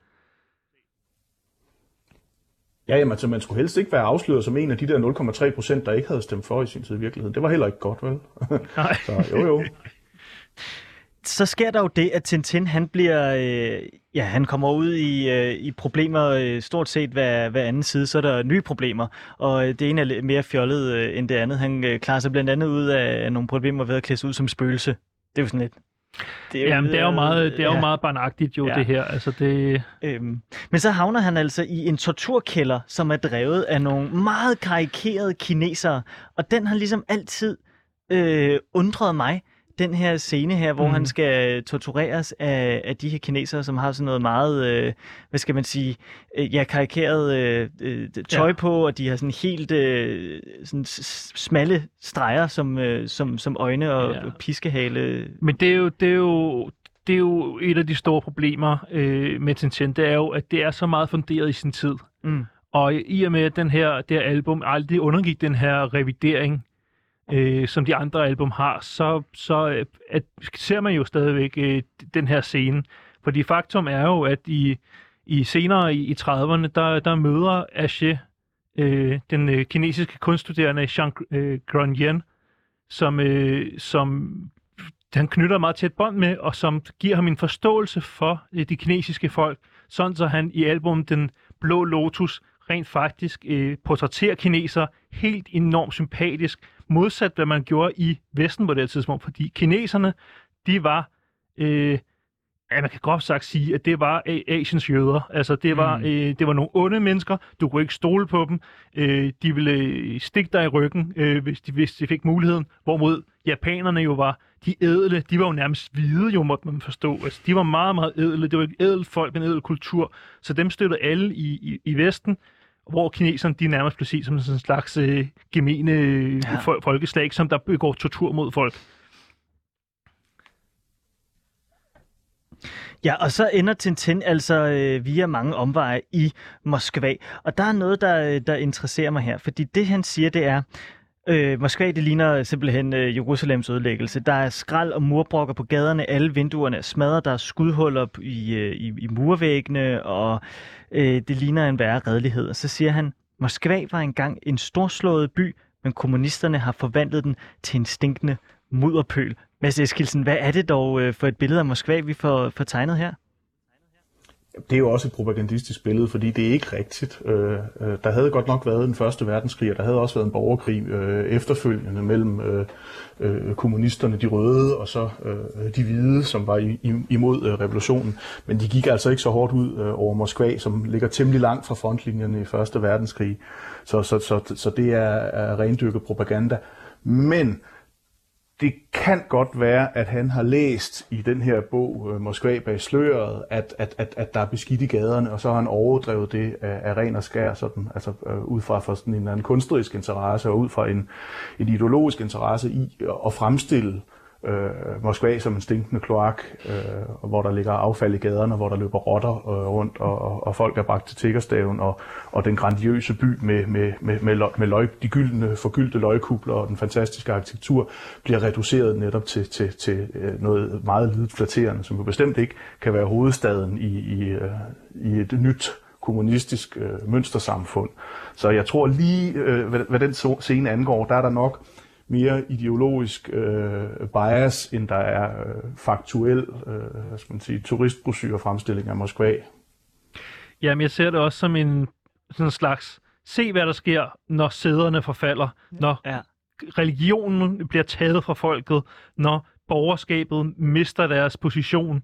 Ja, jamen, altså, man skulle helst ikke være afsløret som en af de der 0,3%, der ikke havde stemt for i sin tid i virkeligheden. Det var heller ikke godt, vel? Nej. Så jo. Så sker der jo det, at Tintin, han bliver, han kommer ud i problemer stort set hver anden side, så er der nye problemer, og det ene er mere fjollet end det andet. Han klarer sig blandt andet ud af nogle problemer ved at klæde sig ud som spøgelse. Det er jo sådan lidt. Det er jo meget barnagtigt jo, det her. Altså det... Men så havner han altså i en torturkælder, som er drevet af nogle meget karikerede kinesere, og den har ligesom altid undret mig. Den her scene her, hvor han skal tortureres af de her kinesere, som har sådan noget meget, hvad skal man sige, karikeret tøj på, og de har sådan helt sådan smalle streger som øjne og piskehale. Men det er jo et af de store problemer med Tintin, det er jo, at det er så meget funderet i sin tid. Og i og med, at det her album aldrig undergik den her revidering, som de andre album har, så ser man jo stadigvæk den her scene. Fordi faktum er jo, at i senere i 30'erne, der møder Hergé den kinesiske kunststuderende Jean Grandjean, som han knytter meget tæt bånd med, og som giver ham en forståelse for de kinesiske folk, sådan så han i albumet Den Blå Lotus rent faktisk portrætterer kineser helt enormt sympatisk, modsat hvad man gjorde i Vesten på det tidspunkt, fordi kineserne, de var, man kan groft sagt sige, at det var Asiens jøder. Altså det var nogle onde mennesker, du kunne ikke stole på dem, de ville stikke dig i ryggen, hvis de fik muligheden, hvorimod japanerne jo var de ædle, de var jo nærmest hvide, jo måtte man forstå. Altså de var meget, meget ædle, det var et ædelt folk, en ædel kultur, så dem støttede alle i Vesten, hvor kineserne, de nærmest blev set som sådan en slags gemene folkeslag, som der begår tortur mod folk. Ja, og så ender Tintin altså via mange omveje i Moskva. Og der er noget, der interesserer mig her, fordi det han siger, det er, Moskva, det ligner simpelthen Jerusalems ødelæggelse. Der er skrald og murbrokker på gaderne, alle vinduerne er smadret, der er skudhuller i murvæggene, og det ligner en værre redelighed. Og så siger han, Moskva var engang en storslået by, men kommunisterne har forvandlet den til en stinkende mudderpøl Mads Eskildsen, hvad er det dog for et billede af Moskva, vi får tegnet her? Det er jo også et propagandistisk billede, fordi det er ikke rigtigt. Der havde godt nok været en første verdenskrig, og der havde også været en borgerkrig efterfølgende mellem kommunisterne, de røde, og så de hvide, som var imod revolutionen. Men de gik altså ikke så hårdt ud over Moskva, som ligger temmelig langt fra frontlinjerne i første verdenskrig. Så det er rendyrket propaganda. Men det kan godt være, at han har læst i den her bog, Moskva bag sløret, at der er beskidt i gaderne, og så har han overdrevet det af ren og skær, sådan, altså ud fra sådan en anden kunstnerisk interesse, og ud fra en ideologisk interesse i at fremstille Moskva som en stinkende kloak, hvor der ligger affald i gaderne, hvor der løber rotter rundt, og folk er bragt til tiggerstaven, og den grandiøse by med de gyldne, forgyldte løgkubler og den fantastiske arkitektur bliver reduceret netop til noget meget lidt flatterende, som jo bestemt ikke kan være hovedstaden i et nyt kommunistisk mønstersamfund. Så jeg tror lige, hvad den scene angår, der er der nok mere ideologisk bias, end der er faktuel turistbrochure fremstilling af Moskva. Jamen, jeg ser det også som en sådan slags, se hvad der sker, når sæderne forfalder, når religionen bliver taget fra folket, når borgerskabet mister deres position.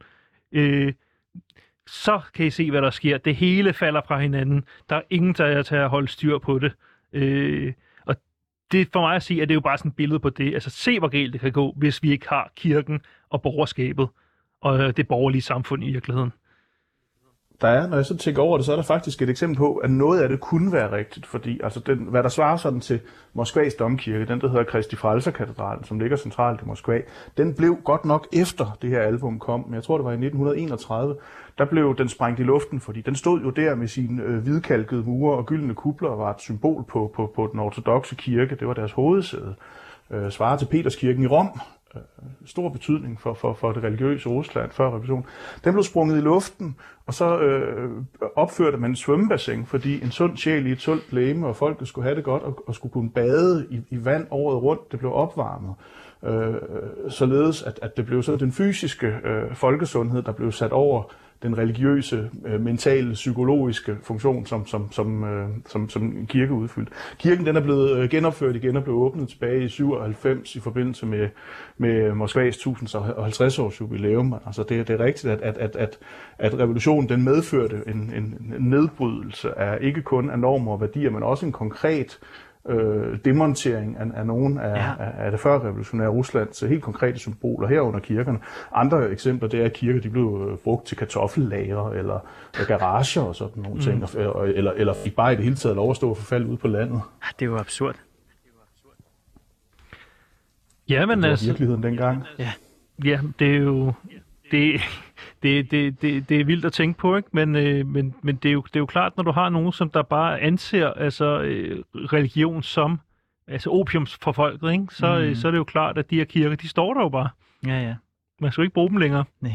Så kan I se, hvad der sker. Det hele falder fra hinanden. Der er ingen, der er til at holde styr på det. Og det for mig at sige, at det er jo bare sådan et billede på det. Altså se, hvor galt det kan gå, hvis vi ikke har kirken og borgerskabet og det borgerlige samfund i virkeligheden. Der er, når jeg så tænker over det, så er der faktisk et eksempel på, at noget af det kunne være rigtigt, fordi altså hvad der svarer sådan til Moskvas domkirke, den der hedder Kristi Frelser-katedralen, som ligger centralt i Moskva, den blev godt nok efter det her album kom, men jeg tror det var i 1931, der blev den sprængt i luften, fordi den stod jo der med sine hvidkalkede mure og gyldne kupler og var et symbol på den ortodokse kirke, det var deres hovedsæde, svarer til Peterskirken i Rom. Stor betydning for det religiøse Rusland før revolutionen. Den blev sprunget i luften, og så opførte man en svømmebassin, fordi en sund sjæl i et sundt legeme, og folket skulle have det godt og skulle kunne bade i vand året rundt. Det blev opvarmet, således at det blev så den fysiske folkesundhed, der blev sat over den religiøse, mentale, psykologiske funktion, som kirke udfyldt. Kirken den er blevet genopført igen og blev åbnet tilbage i 97 i forbindelse med Moskvas 1050-års jubilæum. Altså det er rigtigt, at revolutionen den medførte en nedbrydelse af ikke kun af normer og værdier, men også en konkret demontering af nogle af det førrevolutionære Ruslands helt konkrete symboler herunder kirkerne. Andre eksempler, det er, at kirker de blev brugt til kartoffellager eller garager og sådan nogle ting, eller fik bare i det hele taget lov at stå og forfalde ude på landet. Det er jo absurd. Ja, men det var virkeligheden dengang. Ja, det er jo det er vildt at tænke på, ikke? Men det er jo klart, når du har nogen, som der bare anser religion som opium for folket, ikke? Så er det jo klart, at de her kirker, de står der jo bare. Ja. Man skal jo ikke bruge dem længere. Nej.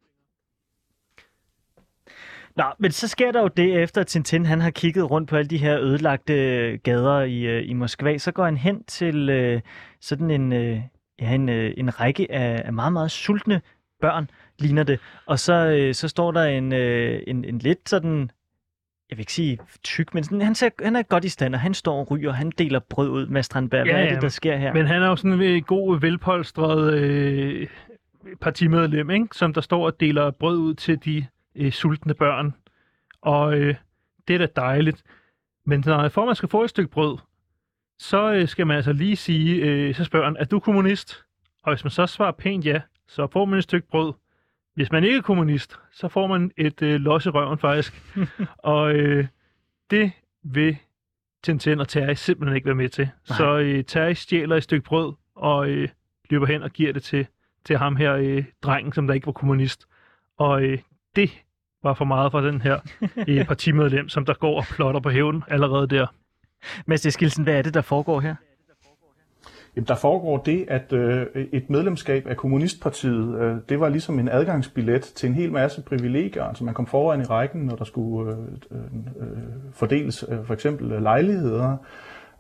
Nå, men så sker der jo det, efter at Tintin han har kigget rundt på alle de her ødelagte gader i Moskva, så går han hen til sådan en række af meget, meget sultne børn, ligner det. Og så står der en lidt sådan, jeg vil ikke sige tyk, men sådan, han er godt i stand, og han står og ryger, han deler brød ud med Strandberg. Hvad er det, der sker her? Men han er jo sådan en god, velpolstret partimedlem, ikke? Som der står og deler brød ud til de sultne børn. Og det er da dejligt. Men for man skal få et stykke brød, så skal man altså lige sige, så spørger han, er du kommunist? Og hvis man så svarer pænt ja, så får man et stykke brød. Hvis man ikke er kommunist, så får man et los i røven faktisk. Og det vil Tintin og Terry simpelthen ikke være med til. Nej. Så Terry stjæler et stykke brød og løber hen og giver det til ham her, drengen, som der ikke var kommunist. Og det var for meget for den her partimedlem, som der går og plotter på hævn allerede der. Mads Eskildsen, hvad er det, der foregår her? Jamen, der foregår det, at et medlemskab af Kommunistpartiet, det var ligesom en adgangsbillet til en hel masse privilegier. Altså man kom foran i rækken, når der skulle fordeles for eksempel lejligheder.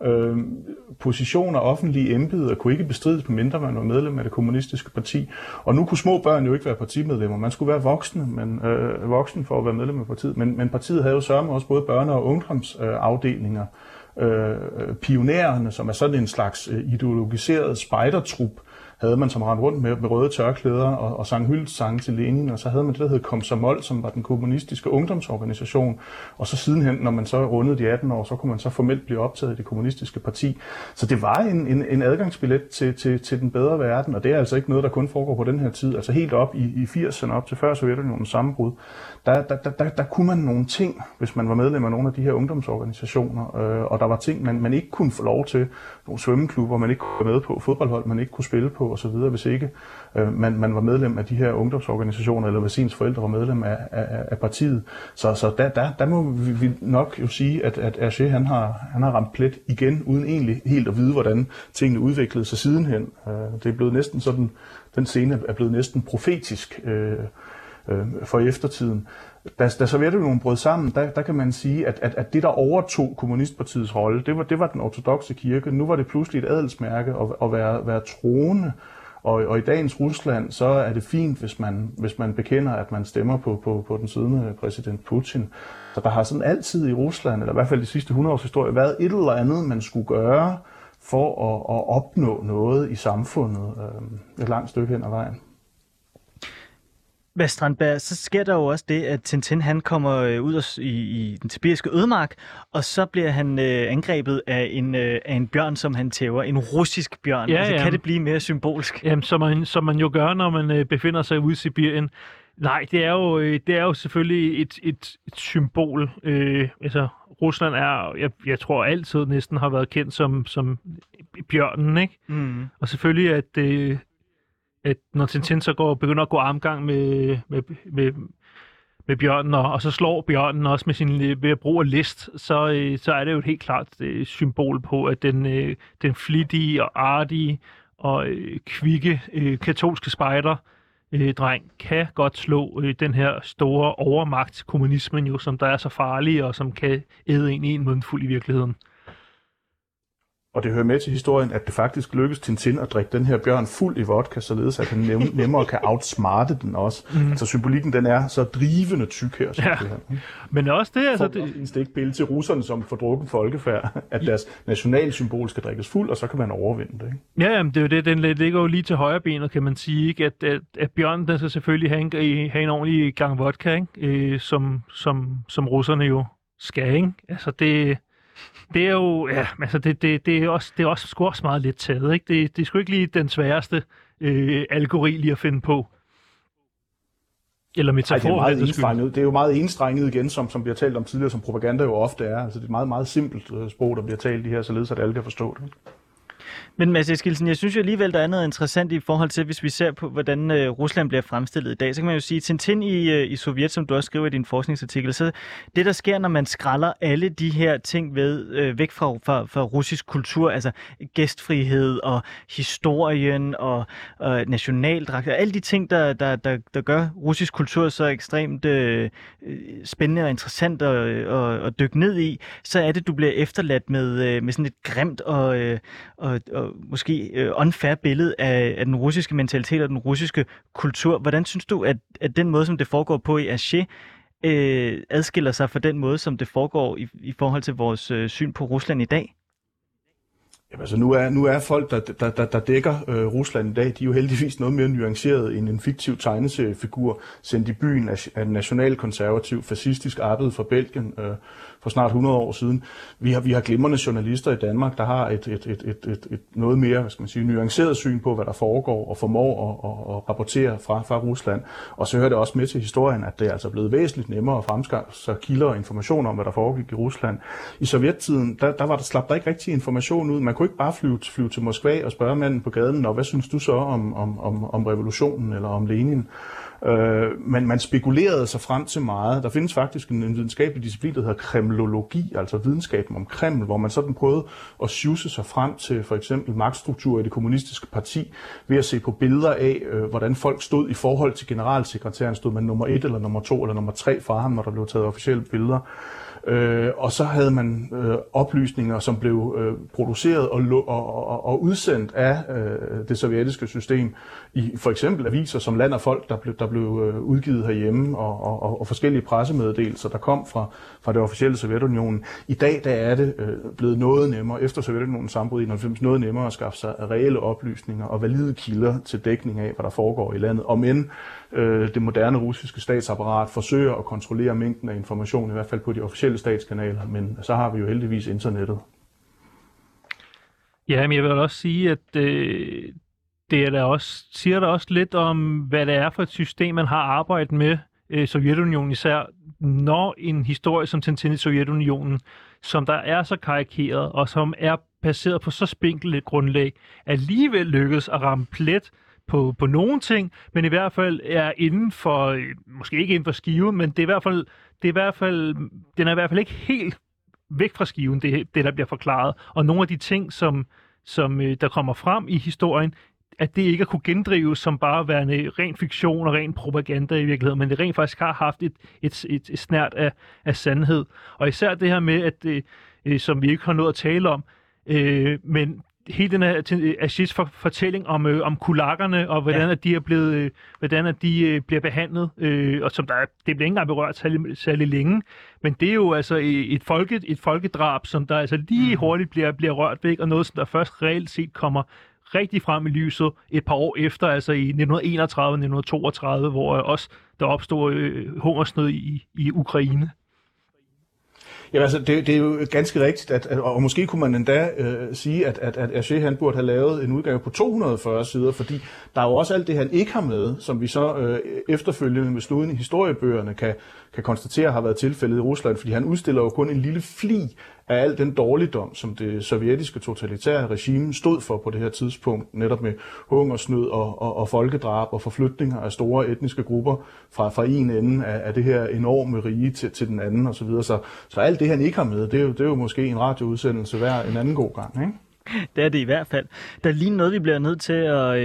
Positioner, offentlige embeder kunne ikke bestrides, på mindre man var medlem af det kommunistiske parti. Og nu kunne små børn jo ikke være partimedlemmer. Man skulle være voksen for at være medlem af partiet. Men partiet havde jo sørget også både børne- og ungdomsafdelinger. Pionærerne, som er sådan en slags ideologiseret spejdertrup, havde man som rendte rundt med røde tørklæder og sang hyldestsange til Lenin, og så havde man det, der hed Komsomol, som var den kommunistiske ungdomsorganisation, og så sidenhen, når man så rundede de 18 år, så kunne man så formelt blive optaget i det kommunistiske parti. Så det var en adgangsbillet til den bedre verden, og det er altså ikke noget, der kun foregår på den her tid. Altså helt op i 80'erne, op til før Sovjetunionens sammenbrud, der kunne man nogle ting, hvis man var medlem af nogle af de her ungdomsorganisationer, og der var ting, man ikke kunne få lov til, nogle svømmeklubber, man ikke kunne være med på, fodboldhold, man ikke kunne spille på, og så videre, hvis ikke man var medlem af de her ungdomsorganisationer, eller hvis ens forældre var medlem af partiet. Så der må vi nok jo sige, at Hergé, han har ramt plet igen, uden egentlig helt at vide, hvordan tingene udviklede sig sidenhen. Det er blevet næsten sådan, den scene er blevet næsten profetisk for eftertiden. Da Sovjetunionen brød sammen, der kan man sige, at det, der overtog kommunistpartiets rolle, det var den ortodokse kirke. Nu var det pludselig et adelsmærke at være troende. Og i dagens Rusland, så er det fint, hvis man bekender, at man stemmer på den siddende præsident Putin. Så der har sådan altid i Rusland, eller i hvert fald de sidste 100 års historie, været et eller andet, man skulle gøre for at opnå noget i samfundet et langt stykke hen ad vejen. Hvad Strandberg, så sker der jo også det, at Tintin han kommer ud i den sibiriske ødemark, og så bliver han angrebet af en bjørn, som han tæver. En russisk bjørn. Ja, altså, kan det blive mere symbolsk? Jamen, som man jo gør, når man befinder sig ude i Sibirien. Nej, det er jo selvfølgelig et symbol. Altså, Rusland er, jeg tror altid næsten har været kendt som bjørnen, ikke? Mm. Og selvfølgelig, at når Tintin så begynder at gå armgang med bjørnen, og så slår bjørnen også ved at bruge list, så er det jo et helt klart symbol på, at den flittige og artige og kvikke katolske spejder dreng kan godt slå den her store overmagt, kommunismen jo, som der er så farlig og som kan æde en i en mundfuld i virkeligheden. Og det hører med til historien, at det faktisk lykkes Tintin at drikke den her bjørn fuld i vodka, således at han nemmere kan outsmarte den også. Mm. Altså symbolikken, den er så drivende tyk her. Ja. Men også det, altså... Det er ikke billede til russerne som fordrukken folkefærd, at deres nationalsymbol skal drikkes fuld, og så kan man overvinde det. Ikke? Ja, jamen, det er jo det. Den ligger jo lige til højre benet, kan man sige. Ikke? At bjørnen, den skal selvfølgelig have en ordentlig gang vodka, ikke? Som russerne jo skal, ikke? Altså det er jo, ja, altså det er også sgu også meget lidt taget, ikke? Det er sgu ikke lige den sværeste algori lige at finde på. Eller metafor. Det er jo meget enstrenget igen, som bliver talt om tidligere, som propaganda jo ofte er. Altså det er et meget, meget simpelt sprog, der bliver talt i her, således at alle kan forstå det. Men Mads Eskildsen, jeg synes jo alligevel, der er noget interessant i forhold til, hvis vi ser på, hvordan Rusland bliver fremstillet i dag. Så kan man jo sige, Tintin i Sovjet, som du også skriver i din forskningsartikel, så det, der sker, når man skræller alle de her ting væk fra russisk kultur, altså gæstfrihed og historien og nationaldragt, og alle de ting, der gør russisk kultur så ekstremt spændende og interessant at dykke ned i, så er det, du bliver efterladt med sådan et grimt og måske unfair billede af den russiske mentalitet og den russiske kultur. Hvordan synes du, at den måde, som det foregår på i Hergé, adskiller sig fra den måde, som det foregår i forhold til vores syn på Rusland i dag? Jamen, altså nu er folk, der dækker Rusland i dag, de er jo heldigvis noget mere nuanceret end en fiktiv tegneseriefigur sendt i byen af en nationalkonservativ, fascistisk arbejde fra Belgien for snart 100 år siden. Vi har glimrende journalister i Danmark, der har et noget mere, hvad skal man sige, nuanceret syn på, hvad der foregår og formår at rapportere fra Rusland. Og så hører det også med til historien, at det er altså blevet væsentligt nemmere at fremskaffe sig kilder og information om, hvad der foregik i Rusland. I sovjettiden, slap der ikke rigtig information ud. Man kunne ikke bare flyve til Moskva og spørge manden på gaden, hvad synes du så om revolutionen eller om Lenin? Men man spekulerede sig frem til meget. Der findes faktisk en videnskabelig disciplin, der hedder kremlologi, altså videnskaben om Kreml, hvor man sådan prøvede at sjuse sig frem til for eksempel magtstrukturer i det kommunistiske parti, ved at se på billeder af, hvordan folk stod i forhold til generalsekretæren. Stod man nummer 1 eller nummer 2 eller nummer 3 fra ham, når der blev taget officielle billeder. Og så havde man oplysninger, som blev produceret og udsendt af det sovjetiske system i for eksempel aviser som Land og Folk, der blev udgivet herhjemme, og forskellige pressemeddelelser, der kom fra det officielle Sovjetunionen. I dag der er det blevet noget nemmere, efter Sovjetunionens sammenbrud i 1990, noget nemmere at skaffe sig reelle oplysninger og valide kilder til dækning af, hvad der foregår i landet. Og men det moderne russiske statsapparat forsøger at kontrollere mængden af information, i hvert fald på de officielle statskanaler, men så har vi jo heldigvis internettet. Ja, men jeg vil også sige, at det er der også, siger der også lidt om, hvad det er for et system, man har arbejdet med, Sovjetunionen især, når en historie som Tintin i Sovjetunionen, som der er så karikeret, og som er baseret på så spinkelt et grundlag, alligevel lykkes at ramme plet på nogle ting, men i hvert fald er inden for, måske ikke inden for skiven, men den er i hvert fald ikke helt væk fra skiven, det der bliver forklaret. Og nogle af de ting, som der kommer frem i historien, at det ikke at kunne gendrives som bare værende ren fiktion og ren propaganda i virkeligheden, men det rent faktisk har haft et snært af sandhed. Og især det her med, at som vi ikke har nået at tale om, men hele den her Ashids fortælling om kulakkerne og hvordan at de er blevet, hvordan at de bliver behandlet, og som det bliver ikke engang berørt særlig længe, men det er jo altså et folkedrab, som der altså lige hurtigt bliver rørt væk, og noget som der først reelt set kommer rigtig frem i lyset et par år efter, altså i 1931-1932, hvor også der opstod hungersnød i Ukraine. Ja, altså det er jo ganske rigtigt, og måske kunne man endda sige, at Hergé han burde have lavet en udgave på 240 sider, fordi der er jo også alt det, han ikke har med, som vi så efterfølgende med sluden i historiebøgerne kan konstatere har været tilfældet i Rusland, fordi han udstiller jo kun en lille fli af al den dårligdom, som det sovjetiske totalitære regime stod for på det her tidspunkt, netop med hungersnød og folkedrab og forflytninger af store etniske grupper fra en ende af det her enorme rige til den anden osv. Så alt det, han ikke har med, det er jo måske en radioudsendelse hver en anden god gang, ikke? Det er det i hvert fald. Der er lige noget, vi bliver nødt til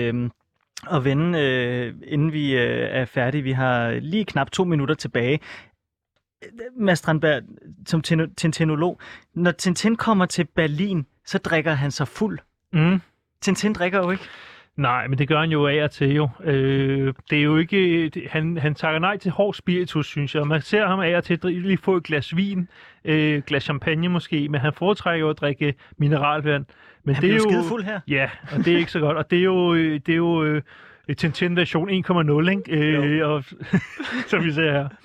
at vende, inden vi er færdige. Vi har lige knap 2 minutter tilbage. Mads Strandberg, som tintinolog, når Tintin kommer til Berlin, så drikker han sig fuld. Tintin drikker jo ikke. Nej, men det gør han jo af og til jo. Det er jo ikke... Han tager nej til hård spiritus, synes jeg. Man ser ham af og til lige få et glas vin, glas champagne måske, men han foretrækker jo at drikke mineralvand. Men han det er jo skidefuld her. Ja, og det er ikke så godt. Og det er jo Tintin version 1,0, ikke? Og, som vi ser her.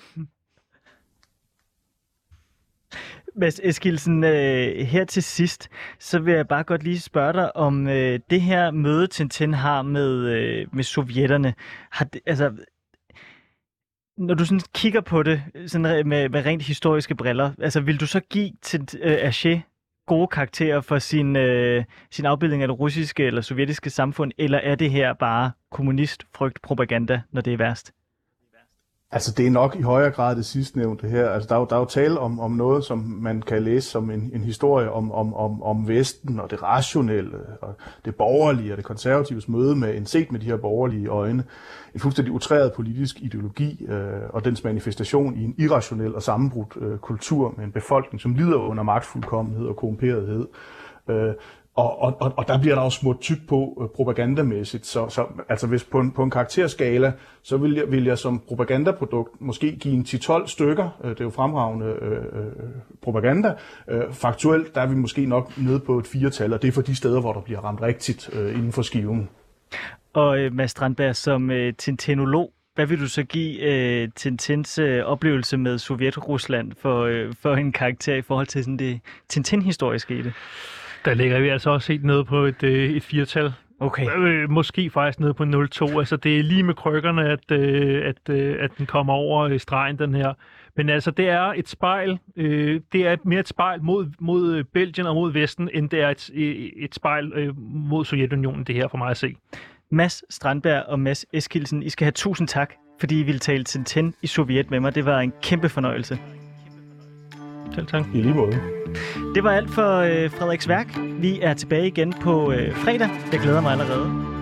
Mads Eskildsen, her til sidst, så vil jeg bare godt lige spørge dig om det her møde, Tintin har med sovjetterne. Når du sådan kigger på det sådan med rent historiske briller, altså vil du så give til Hergé gode karakterer for sin afbildning af det russiske eller sovjetiske samfund, eller er det her bare kommunistfrygt propaganda, når det er værst? Altså det er nok i højere grad det sidstnævnte her. Altså der er jo tale om noget, som man kan læse som en historie om Vesten og det rationelle og det borgerlige og det konservatives møde med de her borgerlige øjne. En fuldstændig utræret politisk ideologi og dens manifestation i en irrationel og sammenbrudt kultur med en befolkning, som lider under magtfuldkommenhed og korrumperethed. Og der bliver der jo smurt tyk på propagandamæssigt, så altså hvis på en karakterskala, så vil jeg som propagandaprodukt måske give en 10-12 stykker, det er jo fremragende propaganda. Faktuelt, der er vi måske nok nede på et 4-tal, og det er for de steder, hvor der bliver ramt rigtigt inden for skiven. Og Mads Strandberg, som tintinolog, hvad vil du så give Tintins oplevelse med Sovjet-Rusland for en karakter i forhold til sådan det Tintin-historiske i det? Der ligger vi altså også helt nede på et 4-tal. Okay. Måske faktisk nede på 0,2. Altså det er lige med krykkerne, at den kommer over stregen, den her. Men altså det er et spejl. Det er mere et spejl mod Belgien og mod Vesten, end det er et spejl mod Sovjetunionen, det her for mig at se. Mads Strandberg og Mads Eskildsen, I skal have 1000 tak, fordi I ville tale Tintin i Sovjet med mig. Det var en kæmpe fornøjelse. Selv tak. I lige måde. Det var alt for Frederiksværk. Vi er tilbage igen på fredag. Jeg glæder mig allerede.